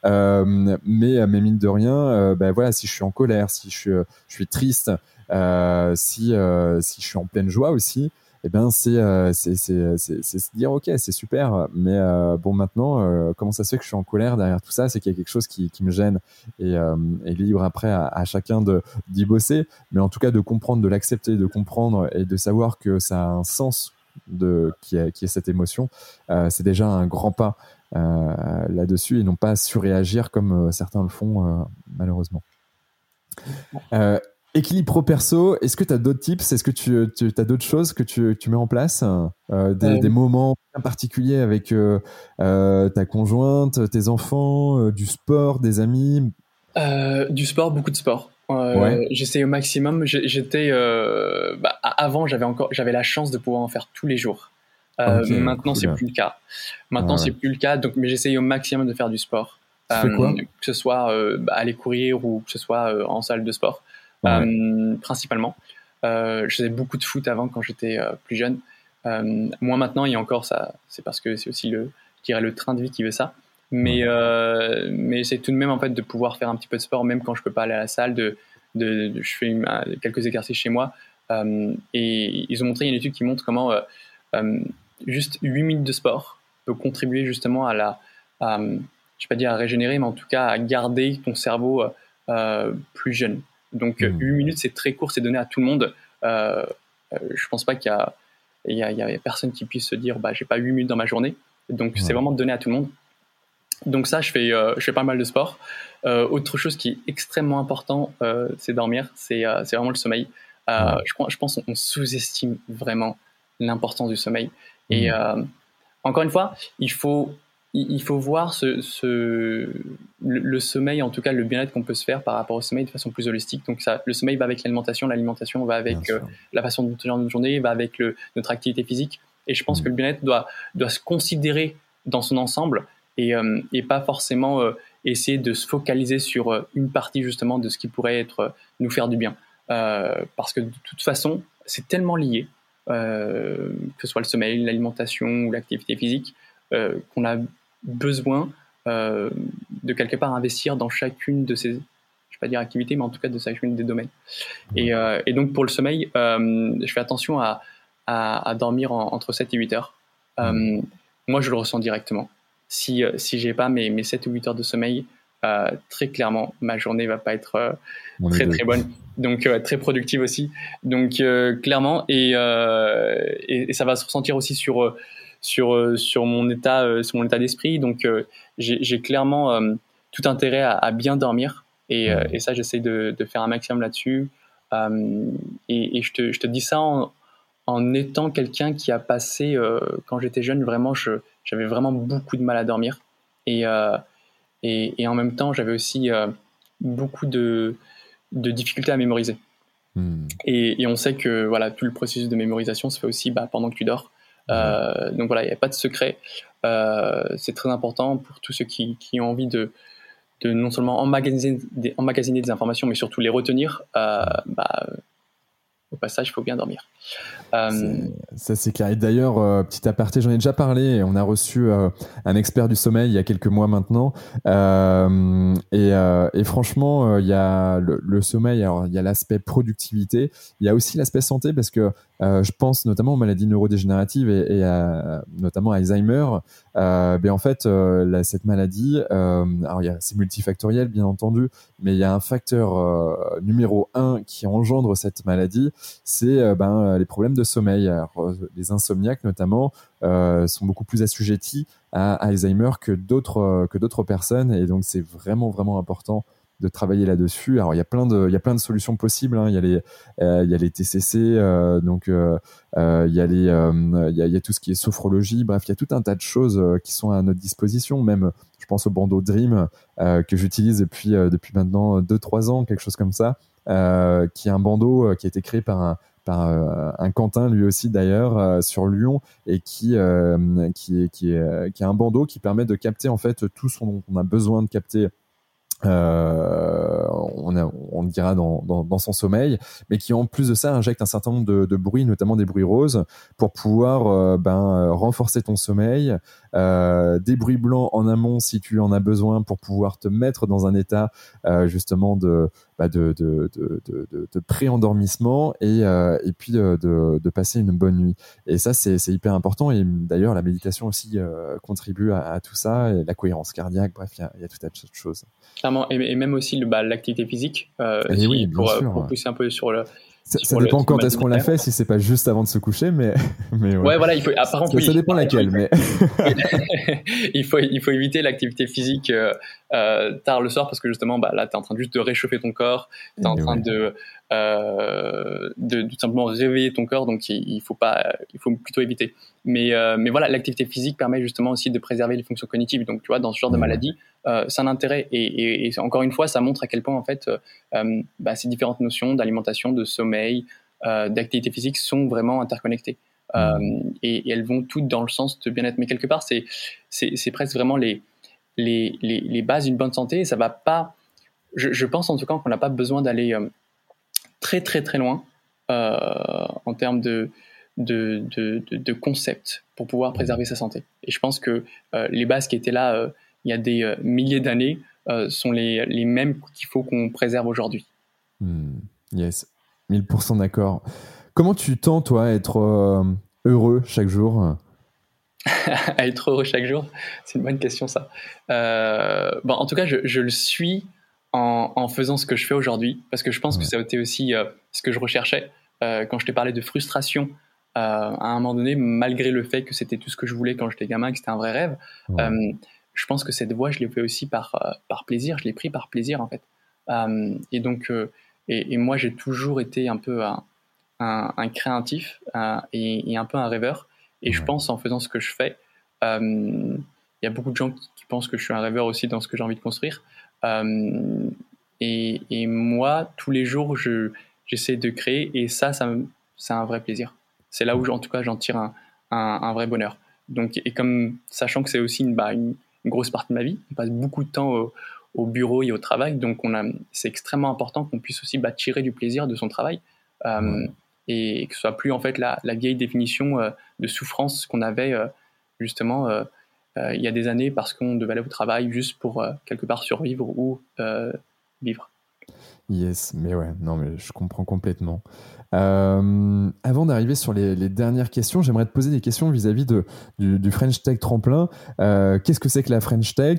Euh, mais mais mine de rien, euh, ben voilà si je suis en colère, si je suis, je suis triste, euh, si, euh, si je suis en pleine joie aussi, eh ben c'est, euh, c'est, c'est, c'est, c'est se dire ok c'est super, mais euh, bon maintenant euh, comment ça se fait que je suis en colère derrière tout ça, c'est qu'il y a quelque chose qui, qui me gêne et, euh, et libre après à, à chacun de, d'y bosser, mais en tout cas de comprendre, de l'accepter, de comprendre et de savoir que ça a un sens de qui est, qui est cette émotion, euh, c'est déjà un grand pas euh, là-dessus et non pas surréagir comme euh, certains le font euh, malheureusement. Euh, équilibre pro-perso, est-ce que tu as d'autres tips? Est-ce que tu, tu as d'autres choses que tu, tu mets en place? euh, des, Euh, des moments bien particuliers avec euh, euh, ta conjointe, tes enfants, euh, du sport, des amis? euh, du sport, beaucoup de sport. Euh, Ouais. j'essaye au maximum. J'ai- J'étais euh, bah, avant, j'avais encore, j'avais la chance de pouvoir en faire tous les jours. Euh, Ok, maintenant, c'est cool. plus le cas. Maintenant, Ouais, c'est ouais. plus le cas. Donc, mais j'essaye au maximum de faire du sport, Tu fais euh, quoi? que ce soit euh, bah, aller courir ou que ce soit euh, en salle de sport, Ouais. euh, principalement. Euh, je faisais beaucoup de foot avant quand j'étais euh, plus jeune. Euh, moi maintenant, et encore ça, c'est parce que c'est aussi le, je dirais le train de vie qui veut ça. Ouais. Mais euh, mais c'est tout de même en fait de pouvoir faire un petit peu de sport même quand je peux pas aller à la salle. De, de, de- je fais une- quelques exercices chez moi. Euh, et ils ont montré, il y a une étude qui montre comment euh, euh, juste huit minutes de sport peut contribuer justement à la, à, je vais pas dire à régénérer, mais en tout cas à garder ton cerveau euh, plus jeune. Donc Hmm. huit minutes, c'est très court, c'est donné à tout le monde. Euh, euh, je pense pas qu'il y a, il y a, il y a personne qui puisse se dire, bah j'ai pas huit minutes dans ma journée. Donc c'est Ouais. vraiment donné à tout le monde. Donc ça, je fais, euh, je fais pas mal de sport. Euh, autre chose qui est extrêmement important, euh, c'est dormir. C'est, euh, c'est vraiment le sommeil. Euh, Ouais. je, je pense qu'on sous-estime vraiment l'importance du sommeil. Et Hmm. euh, encore une fois, il faut, il faut voir ce, ce, le, le sommeil, en tout cas le bien-être qu'on peut se faire par rapport au sommeil de façon plus holistique. Donc ça, le sommeil va avec l'alimentation, l'alimentation va Bien avec euh, sûr. la façon dont on gère notre journée, va avec le, notre activité physique. Et je pense Hmm. que le bien-être doit, doit se considérer dans son ensemble et, euh, et pas forcément euh, essayer de se focaliser sur euh, une partie justement de ce qui pourrait être euh, nous faire du bien. Euh, parce que de toute façon, c'est tellement lié, euh, que ce soit le sommeil, l'alimentation ou l'activité physique, euh, qu'on a besoin euh, de quelque part investir dans chacune de ces, je ne vais pas dire activités, mais en tout cas de chacune des domaines. Ouais. Et, euh, et donc pour le sommeil, euh, je fais attention à, à, à dormir en, entre sept et huit heures. Hmm. Euh, moi, je le ressens directement. Si, si je n'ai pas mes, mes sept ou huit heures de sommeil, euh, très clairement, ma journée va pas être euh, On est très deux. très bonne. Donc euh, très productive aussi. Donc euh, clairement, et, euh, et, et ça va se ressentir aussi sur euh, sur euh, sur mon état euh, sur mon état d'esprit. Donc euh, j'ai, j'ai clairement euh, tout intérêt à, à bien dormir. Et, euh, Mmh. et ça, j'essaie de, de faire un maximum là-dessus. Euh, et et je, te, je te dis ça en, en étant quelqu'un qui a passé, euh, quand j'étais jeune, vraiment, je, j'avais vraiment beaucoup de mal à dormir. Et, euh, et, et en même temps, j'avais aussi euh, beaucoup de, de difficultés à mémoriser. Mmh. Et, et on sait que voilà, tout le processus de mémorisation se fait aussi bah, pendant que tu dors. Euh, donc voilà, il n'y a pas de secret. Euh, c'est très important pour tous ceux qui, qui ont envie de, de non seulement emmagasiner des, emmagasiner des informations, mais surtout les retenir. Euh, bah, au passage, il faut bien dormir. C'est- Euh, Ça c'est clair. Et d'ailleurs, euh, petit aparté, j'en ai déjà parlé. Et on a reçu euh, un expert du sommeil il y a quelques mois maintenant. Euh, et, euh, et franchement, euh, il y a le, le sommeil. Alors, il y a l'aspect productivité. Il y a aussi l'aspect santé parce que euh, je pense notamment aux maladies neurodégénératives et, et à, notamment à Alzheimer. Euh, ben en fait, euh, la- cette maladie, euh, alors il y a, c'est multifactoriel bien entendu, mais il y a un facteur euh, numéro un qui engendre cette maladie, c'est euh, ben, les problèmes de sommeil. Alors, euh, les insomniaques notamment euh, sont beaucoup plus assujettis à Alzheimer que d'autres euh, que d'autres personnes, et donc c'est vraiment vraiment important de travailler là-dessus. Alors il y a plein de il y a plein de solutions possibles, hein. Il y a les euh, il y a les T C C, euh, donc euh, euh, il y a les euh, il y a, il y a tout ce qui est sophrologie. Bref, il y a tout un tas de choses euh, qui sont à notre disposition. Même je pense au bandeau Dream euh, que j'utilise depuis euh, depuis maintenant deux trois ans, quelque chose comme ça, euh, qui est un bandeau euh, qui a été créé par un par euh, un Quentin lui aussi d'ailleurs euh, sur Lyon, et qui euh, qui est qui est qui a un bandeau qui permet de capter en fait tout ce dont on a besoin de capter. Euh, on, a, on le dira dans, dans, dans son sommeil, mais qui en plus de ça injecte un certain nombre de, de bruits, notamment des bruits roses, pour pouvoir euh, ben, renforcer ton sommeil, euh, des bruits blancs en amont si tu en as besoin, pour pouvoir te mettre dans un état euh, justement de, bah, de, de, de, de, de, de pré-endormissement, et, euh, et puis de, de, de passer une bonne nuit. Et ça, c'est, c'est hyper important. Et d'ailleurs, la méditation aussi euh, contribue à, à tout ça, et la cohérence cardiaque, bref, il y a, y a tout un tas de choses. Clairement, et, et même aussi le, bah, l'activité physique, euh, Et oui, si, bien pour, sûr. pour pousser un peu sur le, Ça, ça sur le, dépend sur le quand est-ce qu'on l'a matin. fait, si c'est pas juste avant de se coucher, mais, mais ouais. Ouais, voilà, il faut. Ah, par contre, Ça, ça oui. dépend Par contre, laquelle, mais. il faut il faut éviter l'activité physique euh, euh, tard le soir, parce que justement, bah, là, t'es en train juste de réchauffer ton corps, t'es en Et train ouais. de, euh, de de tout simplement réveiller ton corps, donc il, il faut pas, il faut plutôt éviter. Mais euh, mais voilà, l'activité physique permet justement aussi de préserver les fonctions cognitives. Donc tu vois, dans ce genre de Et ouais. maladie, euh, c'est un intérêt, et, et, et encore une fois, ça montre à quel point en fait, euh, bah, ces différentes notions d'alimentation, de sommeil, euh, d'activité physique sont vraiment interconnectées. Euh, Mmh. et, et elles vont toutes dans le sens de bien-être. Mais quelque part, c'est, c'est, c'est presque vraiment les, les, les, les bases d'une bonne santé. Et ça va pas. Je, je pense en tout cas qu'on n'a pas besoin d'aller euh, très très très loin euh, en termes de, de, de, de, de concepts pour pouvoir préserver sa santé. Et je pense que euh, les bases qui étaient là euh, il y a des euh, milliers d'années euh, sont les, les mêmes qu'il faut qu'on préserve aujourd'hui. Mmh. Yes, mille pour cent d'accord. Comment tu tends, toi, à être euh, heureux chaque jour? À être heureux chaque jour, c'est une bonne question ça. Euh, bon, en tout cas, je, je le suis en, en faisant ce que je fais aujourd'hui, parce que je pense que Ouais. ça a été aussi euh, ce que je recherchais euh, quand je t'ai parlé de frustration. Euh, à un moment donné, malgré le fait que c'était tout ce que je voulais quand j'étais gamin, que c'était un vrai rêve, Ouais. euh, je pense que cette voie, je l'ai fait aussi par, euh, par plaisir, je l'ai pris par plaisir en fait. Euh, et donc, euh, et, et moi, j'ai toujours été un peu un, un, un créatif euh, et, et un peu un rêveur. Et je Ouais. pense, en faisant ce que je fais, euh, il y a beaucoup de gens qui, qui pensent que je suis un rêveur aussi dans ce que j'ai envie de construire. Euh, et, et moi, tous les jours, je, j'essaie de créer, et ça, ça me, c'est un vrai plaisir. C'est là où, en tout cas, j'en tire un, un, un vrai bonheur. Donc, et comme sachant que c'est aussi une, bah, une, une grosse partie de ma vie, on passe beaucoup de temps au, au bureau et au travail, donc on a, c'est extrêmement important qu'on puisse aussi bah, tirer du plaisir de son travail. Euh, Ouais. et que ce soit plus en fait la, la vieille définition euh, de souffrance qu'on avait euh, justement euh, euh, il y a des années, parce qu'on devait aller au travail juste pour euh, quelque part survivre ou euh, vivre. Yes, mais ouais, non, mais je comprends complètement. Euh, avant d'arriver sur les, les dernières questions, j'aimerais te poser des questions vis-à-vis de, du, du French Tech Tremplin. Euh, qu'est-ce que c'est que la French Tech,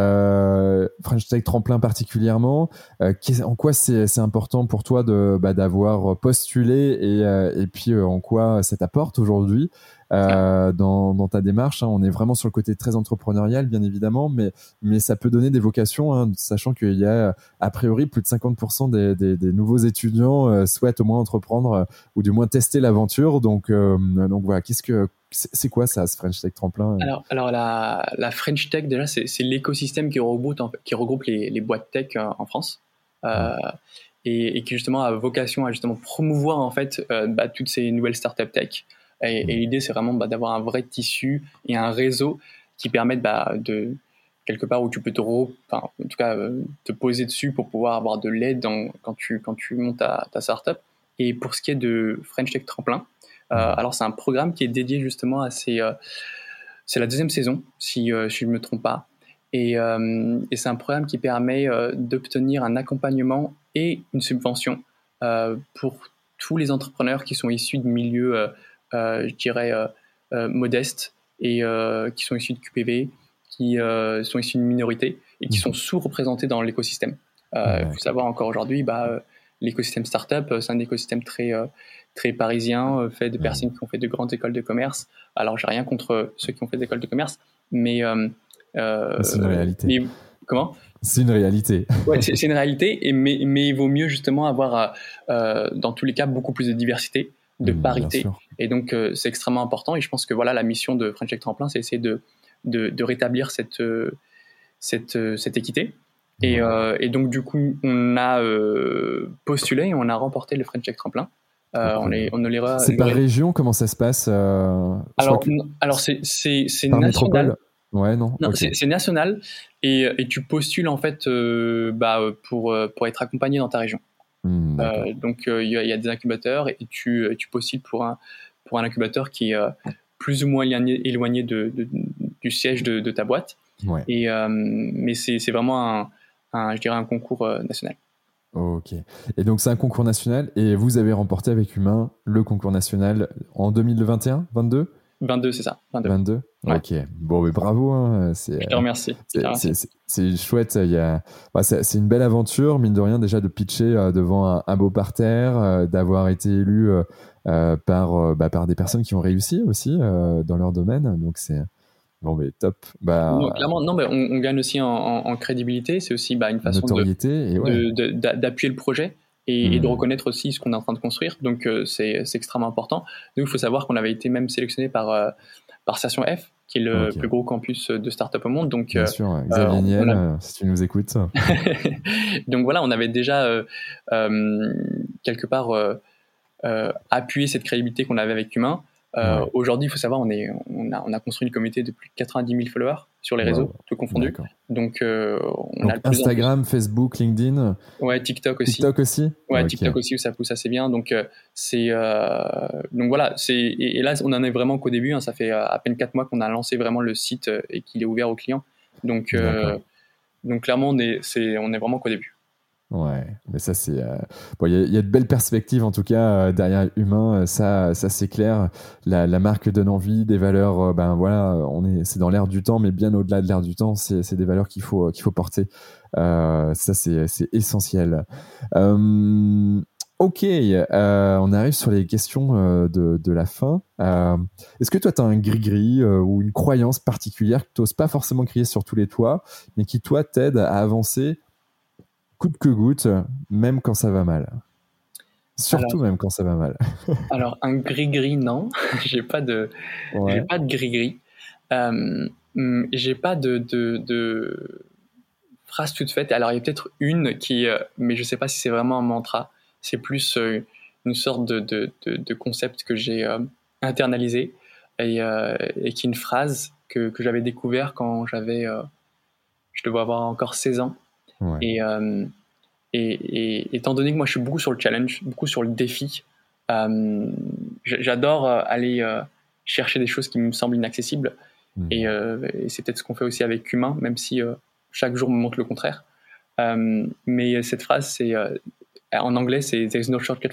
euh, French Tech Tremplin particulièrement, euh, en quoi c'est, c'est important pour toi de, bah, d'avoir postulé et, euh, et puis euh, en quoi ça t'apporte aujourd'hui euh, dans, dans ta démarche, hein. On est vraiment sur le côté très entrepreneurial, bien évidemment, mais, mais ça peut donner des vocations, hein, sachant qu'il y a a priori plus de cinquante pour cent des, des, des nouveaux étudiants euh, souhaitent au moins entreprendre euh, ou du moins tester l'aventure. Donc, euh, donc voilà, qu'est-ce que c'est, c'est quoi ça, ce French Tech Tremplin? Alors, alors la, la French Tech, déjà, c'est, c'est l'écosystème qui regroupe, en fait, qui regroupe les, les boîtes tech euh, en France. Euh, ouais. et, et qui justement a vocation à justement promouvoir en fait euh, bah, toutes ces nouvelles startups tech. Et, et l'idée, c'est vraiment bah, d'avoir un vrai tissu et un réseau qui permettent bah, de quelque part où tu peux te, re, enfin, en tout cas, euh, te poser dessus pour pouvoir avoir de l'aide dans, quand tu quand tu montes ta, ta startup. Et pour ce qui est de French Tech Tremplin, euh, alors c'est un programme qui est dédié justement à ces euh, c'est la deuxième saison, si, euh, si je ne me trompe pas. Et, euh, et c'est un programme qui permet euh, d'obtenir un accompagnement et une subvention euh, pour tous les entrepreneurs qui sont issus de milieux, euh, euh, je dirais, euh, euh, modestes et euh, qui sont issus de Q P V, qui euh, sont issus de minorités et qui mmh. sont sous-représentés dans l'écosystème. Il euh, faut savoir encore aujourd'hui, bah, l'écosystème startup, c'est un écosystème très, euh, très parisien, fait de personnes qui ont fait de grandes écoles de commerce. Alors, j'ai rien contre ceux qui ont fait des écoles de commerce, mais euh, euh, c'est une réalité. Mais, comment ? C'est une réalité. Ouais, c'est, c'est une réalité, et mais, mais il vaut mieux justement avoir, euh, dans tous les cas, beaucoup plus de diversité, de mmh, parité. Et donc, euh, c'est extrêmement important. Et je pense que voilà, la mission de French Tech Tremplin, c'est essayer de, de, de rétablir cette, cette, cette équité. Et, euh, et donc, du coup, on a euh, postulé et on a remporté le French Tech Tremplin. Euh, on les, on ne les c'est par région, comment ça se passe euh, Alors, que... alors c'est, c'est, c'est par national. Métropole. Ouais, non. Non, okay. c'est, c'est national et, et tu postules en fait euh, bah, pour, pour être accompagné dans ta région. Mmh, euh, donc, il euh, y, y a des incubateurs et tu, tu postules pour un, pour un incubateur qui est euh, plus ou moins éloigné, éloigné de, de, du siège de, de ta boîte. Ouais. Et, euh, mais c'est, c'est vraiment un, un, je dirais un concours euh, national. Ok. Et donc, c'est un concours national et vous avez remporté avec Humain le concours national en deux mille vingt et un, vingt-deux vingt-deux, c'est ça. vingt-deux. vingt-deux Ouais. Ok. Bon, mais bravo. Hein. C'est, je te remercie. C'est, c'est, c'est, c'est chouette. Il y a, bah, c'est, c'est une belle aventure, mine de rien, déjà de pitcher euh, devant un, un beau parterre, euh, d'avoir été élu euh, euh, par, euh, bah, par des personnes qui ont réussi aussi euh, dans leur domaine. Donc, c'est. Bon, mais top. Bah, non, clairement, non, mais on, on gagne aussi en, en, en crédibilité. C'est aussi bah, une façon notoriété de, et ouais. de, de, de, d'appuyer le projet et, mmh. et de reconnaître aussi ce qu'on est en train de construire. Donc, euh, c'est, c'est extrêmement important. Donc, il faut savoir qu'on avait été même sélectionné par, euh, par Station F, qui est le okay. plus gros campus de start-up au monde. Donc, Bien euh, sûr, Xavier euh, Niel, a... si tu nous écoutes. Donc, voilà, on avait déjà euh, euh, quelque part euh, euh, appuyé cette crédibilité qu'on avait avec Humain. Euh, ouais. Aujourd'hui, il faut savoir, on, est, on, a, on a construit une communauté de plus de quatre-vingt-dix mille followers sur les réseaux, wow. tout confondus. D'accord. Donc, euh, on donc a le plus Instagram, plus... Facebook, LinkedIn. Ouais, TikTok aussi. TikTok aussi. Ouais, okay. TikTok aussi où ça pousse assez bien. Donc, euh, c'est euh, donc voilà. C'est et, et là, on en est vraiment qu'au début. Hein, ça fait à peine quatre mois qu'on a lancé vraiment le site et qu'il est ouvert aux clients. Donc, euh, donc clairement, on est, c'est, on est vraiment qu'au début. Ouais, mais ça c'est euh... bon. Il y, y a de belles perspectives en tout cas euh, derrière Humain. Ça, ça c'est clair. La, la marque donne envie, des valeurs. Euh, ben voilà, on est, c'est dans l'air du temps, mais bien au-delà de l'air du temps, c'est, c'est des valeurs qu'il faut, qu'il faut porter. Euh, ça c'est, c'est essentiel. Euh, ok, euh, on arrive sur les questions euh, de, de la fin. Euh, est-ce que toi tu as un gris-gris euh, ou une croyance particulière que tu n'oses pas forcément crier sur tous les toits, mais qui toi t'aide à avancer? Coûte que goutte, même quand ça va mal. Surtout alors, même quand ça va mal. Alors, un gris-gris, non. j'ai pas de, ouais. j'ai pas de gris-gris. Euh, j'ai pas de, de, de phrase toute faite. Alors, il y a peut-être une qui, euh, mais je sais pas si c'est vraiment un mantra. C'est plus euh, une sorte de, de, de, de concept que j'ai euh, internalisé et, euh, et qui est une phrase que, que j'avais découvert quand j'avais, euh, je devais avoir encore seize ans. Ouais. Et, euh, et, et étant donné que moi je suis beaucoup sur le challenge, beaucoup sur le défi, euh, j'adore aller euh, chercher des choses qui me semblent inaccessibles. Mmh. Et, euh, et c'est peut-être ce qu'on fait aussi avec Humain, même si euh, chaque jour me montre le contraire. Euh, mais cette phrase, c'est, euh, en anglais, c'est « There's no shortcut for success ».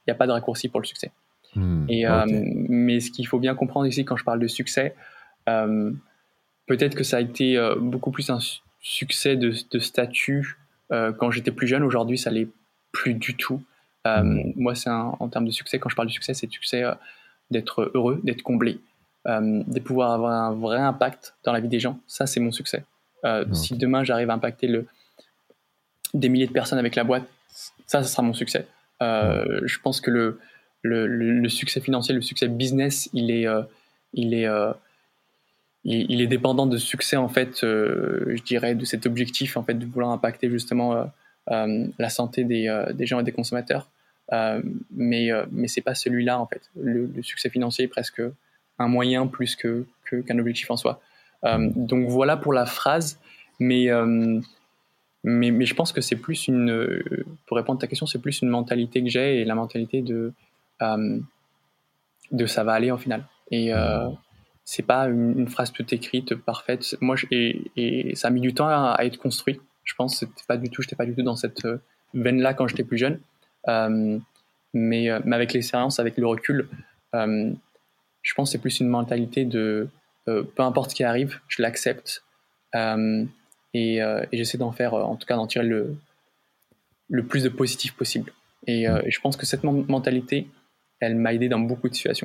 Il n'y a pas de raccourci pour le succès. Mmh, Et, okay. euh, mais ce qu'il faut bien comprendre ici quand je parle de succès, euh, peut-être que ça a été euh, beaucoup plus un su- succès de, de statut euh, quand j'étais plus jeune. Aujourd'hui, ça l'est plus du tout. Euh, Mmh. Moi, c'est un, en termes de succès, quand je parle de succès, c'est le succès euh, d'être heureux, d'être comblé, euh, de pouvoir avoir un vrai impact dans la vie des gens. Ça, c'est mon succès. Euh, Okay. Si demain, j'arrive à impacter le, des milliers de personnes avec la boîte, ça, ça sera mon succès. Euh, mmh. Je pense que le, le, le, le succès financier, le succès business, il est... Euh, il est euh, Il, il est dépendant de succès en fait, euh, je dirais, de cet objectif en fait de vouloir impacter justement euh, euh, la santé des, euh, des gens et des consommateurs. Euh, mais euh, mais c'est pas celui-là en fait. Le, le succès financier est presque un moyen plus que, que qu'un objectif en soi. Euh, donc voilà pour la phrase. Mais euh, mais mais je pense que c'est plus une, pour répondre à ta question, c'est plus une mentalité que j'ai et la mentalité de euh, de ça va aller au final. Et euh, c'est pas une, une phrase toute écrite, parfaite. Moi, je, et, et ça a mis du temps à, à être construit. Je pense que c'était pas du tout, j'étais pas du tout dans cette veine-là quand j'étais plus jeune. Euh, mais, mais avec l'expérience, avec le recul, euh, je pense que c'est plus une mentalité de euh, peu importe ce qui arrive, je l'accepte. Euh, et, euh, et j'essaie d'en faire, en tout cas, d'en tirer le, le plus de positif possible. Et, euh, et je pense que cette mentalité, elle m'a aidé dans beaucoup de situations.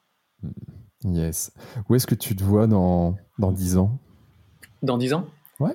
Yes. Où est-ce que tu te vois dans, dans dix ans? Dans dix ans? Ouais.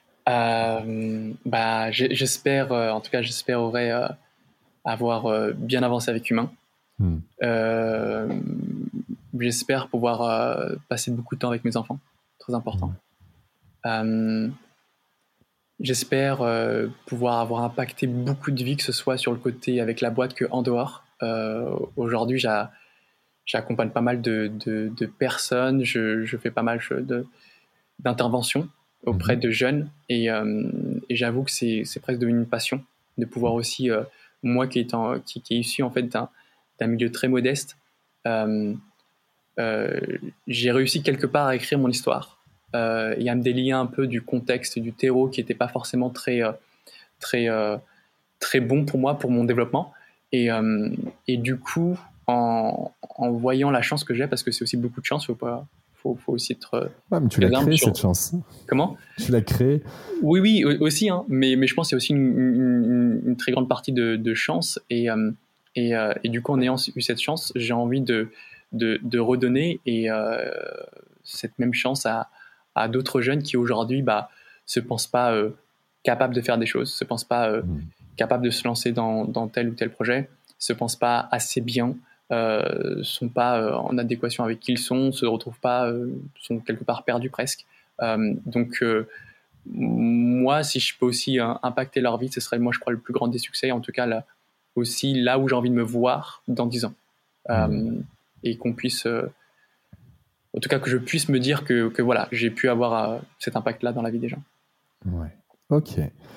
Euh, bah, j'espère, euh, en tout cas, j'espérerais euh, avoir euh, bien avancé avec Humain. Mm. Euh, j'espère pouvoir euh, passer beaucoup de temps avec mes enfants, très important. Mm. Euh, j'espère euh, pouvoir avoir impacté beaucoup de vies, que ce soit sur le côté avec la boîte qu'en dehors. Euh, aujourd'hui, j'accompagne pas mal de, de, de personnes, je, je fais pas mal de, d'interventions auprès mmh. de jeunes et, euh, et j'avoue que c'est, c'est presque devenu une passion de pouvoir aussi, euh, moi qui est, en, qui, qui est issu en fait d'un, d'un milieu très modeste, euh, euh, j'ai réussi quelque part à écrire mon histoire euh, et à me délier un peu du contexte, du terreau qui n'était pas forcément très, euh, très, euh, très bon pour moi, pour mon développement. Et, euh, et du coup, en, en voyant la chance que j'ai, parce que c'est aussi beaucoup de chance, faut pas... Faut, faut aussi être. Ouais, mais tu l'as créé, sur... cette chance. Comment ? Tu l'as créé. Oui, oui, aussi, hein, mais, mais je pense qu'il y a aussi une, une, une très grande partie de, de chance. Et, euh, et, euh, et du coup, en ayant eu cette chance, j'ai envie de, de, de redonner et, euh, cette même chance à, à d'autres jeunes qui aujourd'hui bah, se pensent pas euh, capables de faire des choses, se pensent pas euh, mmh. capables de se lancer dans, dans tel ou tel projet, se pensent pas assez bien. Euh, sont pas euh, en adéquation avec qui ils sont, se retrouvent pas, euh, sont quelque part perdus presque. Euh, donc euh, moi, si je peux aussi euh, impacter leur vie, ce serait moi, je crois, le plus grand des succès. En tout cas, là, aussi là où j'ai envie de me voir dans dix ans, euh, mmh. et qu'on puisse, euh, en tout cas, que je puisse me dire que, que voilà, j'ai pu avoir euh, cet impact-là dans la vie des gens. Ouais. Ok.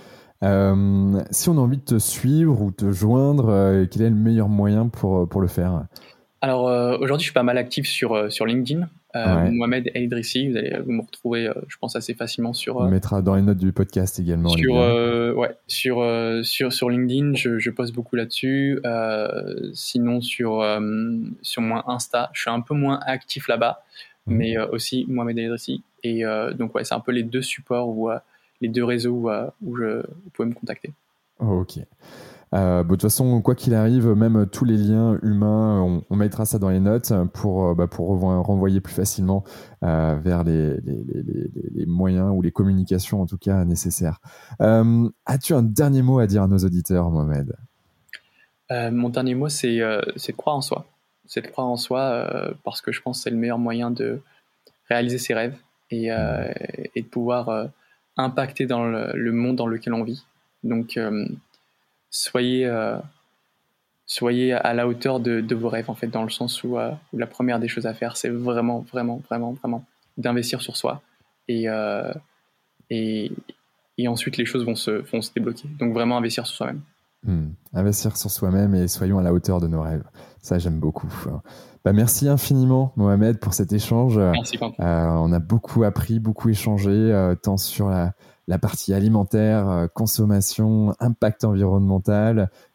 Euh, si on a envie de te suivre ou te joindre, euh, quel est le meilleur moyen pour, pour le faire ? Alors euh, aujourd'hui, je suis pas mal actif sur, euh, sur LinkedIn. Euh, ouais. Mohamed El Idrissi, vous allez vous me retrouver, euh, je pense, assez facilement sur. Euh, on mettra dans les notes du podcast également. Sur, euh, ouais, sur, euh, sur, sur LinkedIn, je, je poste beaucoup là-dessus. Euh, sinon, sur, euh, sur mon Insta, je suis un peu moins actif là-bas, mmh. mais euh, aussi Mohamed El Idrissi. Et euh, donc, ouais, c'est un peu les deux supports ou euh, les deux réseaux où, euh, où je, vous pouvez me contacter. Oh, ok. Euh, bah, de toute façon, quoi qu'il arrive, même tous les liens humains, on, on mettra ça dans les notes pour, bah, pour renvoyer plus facilement euh, vers les, les, les, les moyens ou les communications en tout cas nécessaires. Euh, as-tu un dernier mot à dire à nos auditeurs, Mohamed ? euh, Mon dernier mot, c'est, euh, c'est de croire en soi. C'est de croire en soi euh, parce que je pense que c'est le meilleur moyen de réaliser ses rêves et, euh, et de pouvoir euh, impacter dans le, le monde dans lequel on vit. Donc, euh, soyez, euh, soyez à la hauteur de, de vos rêves, en fait, dans le sens où, euh, où la première des choses à faire, c'est vraiment, vraiment, vraiment, vraiment d'investir sur soi. Et, euh, et, et ensuite, les choses vont se, vont se débloquer. Donc, vraiment investir sur soi-même. Mmh. Investir sur soi-même et soyons à la hauteur de nos rêves. Ça, j'aime beaucoup. Bah, merci infiniment, Mohamed, pour cet échange. Merci, Quentin. Euh, on a beaucoup appris, beaucoup échangé, euh, tant sur la, la partie alimentaire, euh, consommation, impact environnemental,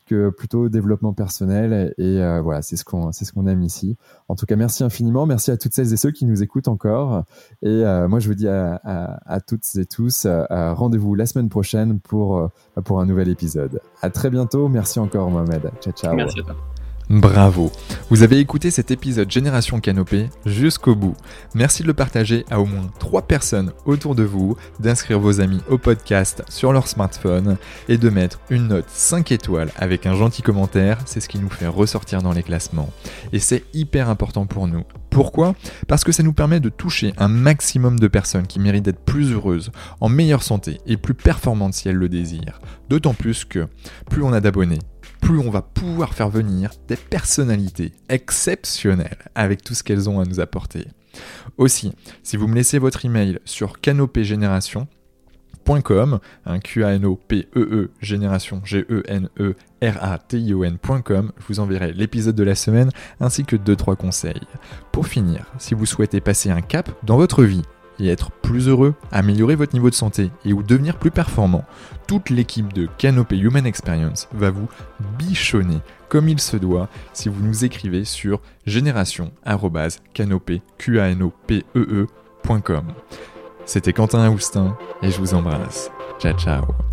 que plutôt développement personnel. Et, et euh, voilà, c'est ce qu'on, c'est ce qu'on aime ici. En tout cas, merci infiniment. Merci à toutes celles et ceux qui nous écoutent encore. Et euh, moi, je vous dis à, à, à toutes et tous, euh, rendez-vous la semaine prochaine pour, euh, pour un nouvel épisode. À très bientôt. Merci encore, Mohamed. Ciao, ciao. Merci à toi. Bravo, vous avez écouté cet épisode Génération Canopée jusqu'au bout. Merci de le partager à au moins trois personnes autour de vous, d'inscrire vos amis au podcast sur leur smartphone et de mettre une note cinq étoiles avec un gentil commentaire, c'est ce qui nous fait ressortir dans les classements. Et c'est hyper important pour nous. Pourquoi ? Parce que ça nous permet de toucher un maximum de personnes qui méritent d'être plus heureuses, en meilleure santé et plus performantes si elles le désirent. D'autant plus que plus on a d'abonnés, plus on va pouvoir faire venir des personnalités exceptionnelles avec tout ce qu'elles ont à nous apporter. Aussi, si vous me laissez votre email sur canopégénération point com, un Q A N O P E E génération G E N E R A T I O N point com, je vous enverrai l'épisode de la semaine ainsi que deux trois conseils. Pour finir, si vous souhaitez passer un cap dans votre vie et être plus heureux, améliorer votre niveau de santé et ou devenir plus performant, toute l'équipe de Canopé Human Experience va vous bichonner comme il se doit si vous nous écrivez sur génération arobase canopé point com. C'était Quentin Aoustin et je vous embrasse. Ciao ciao.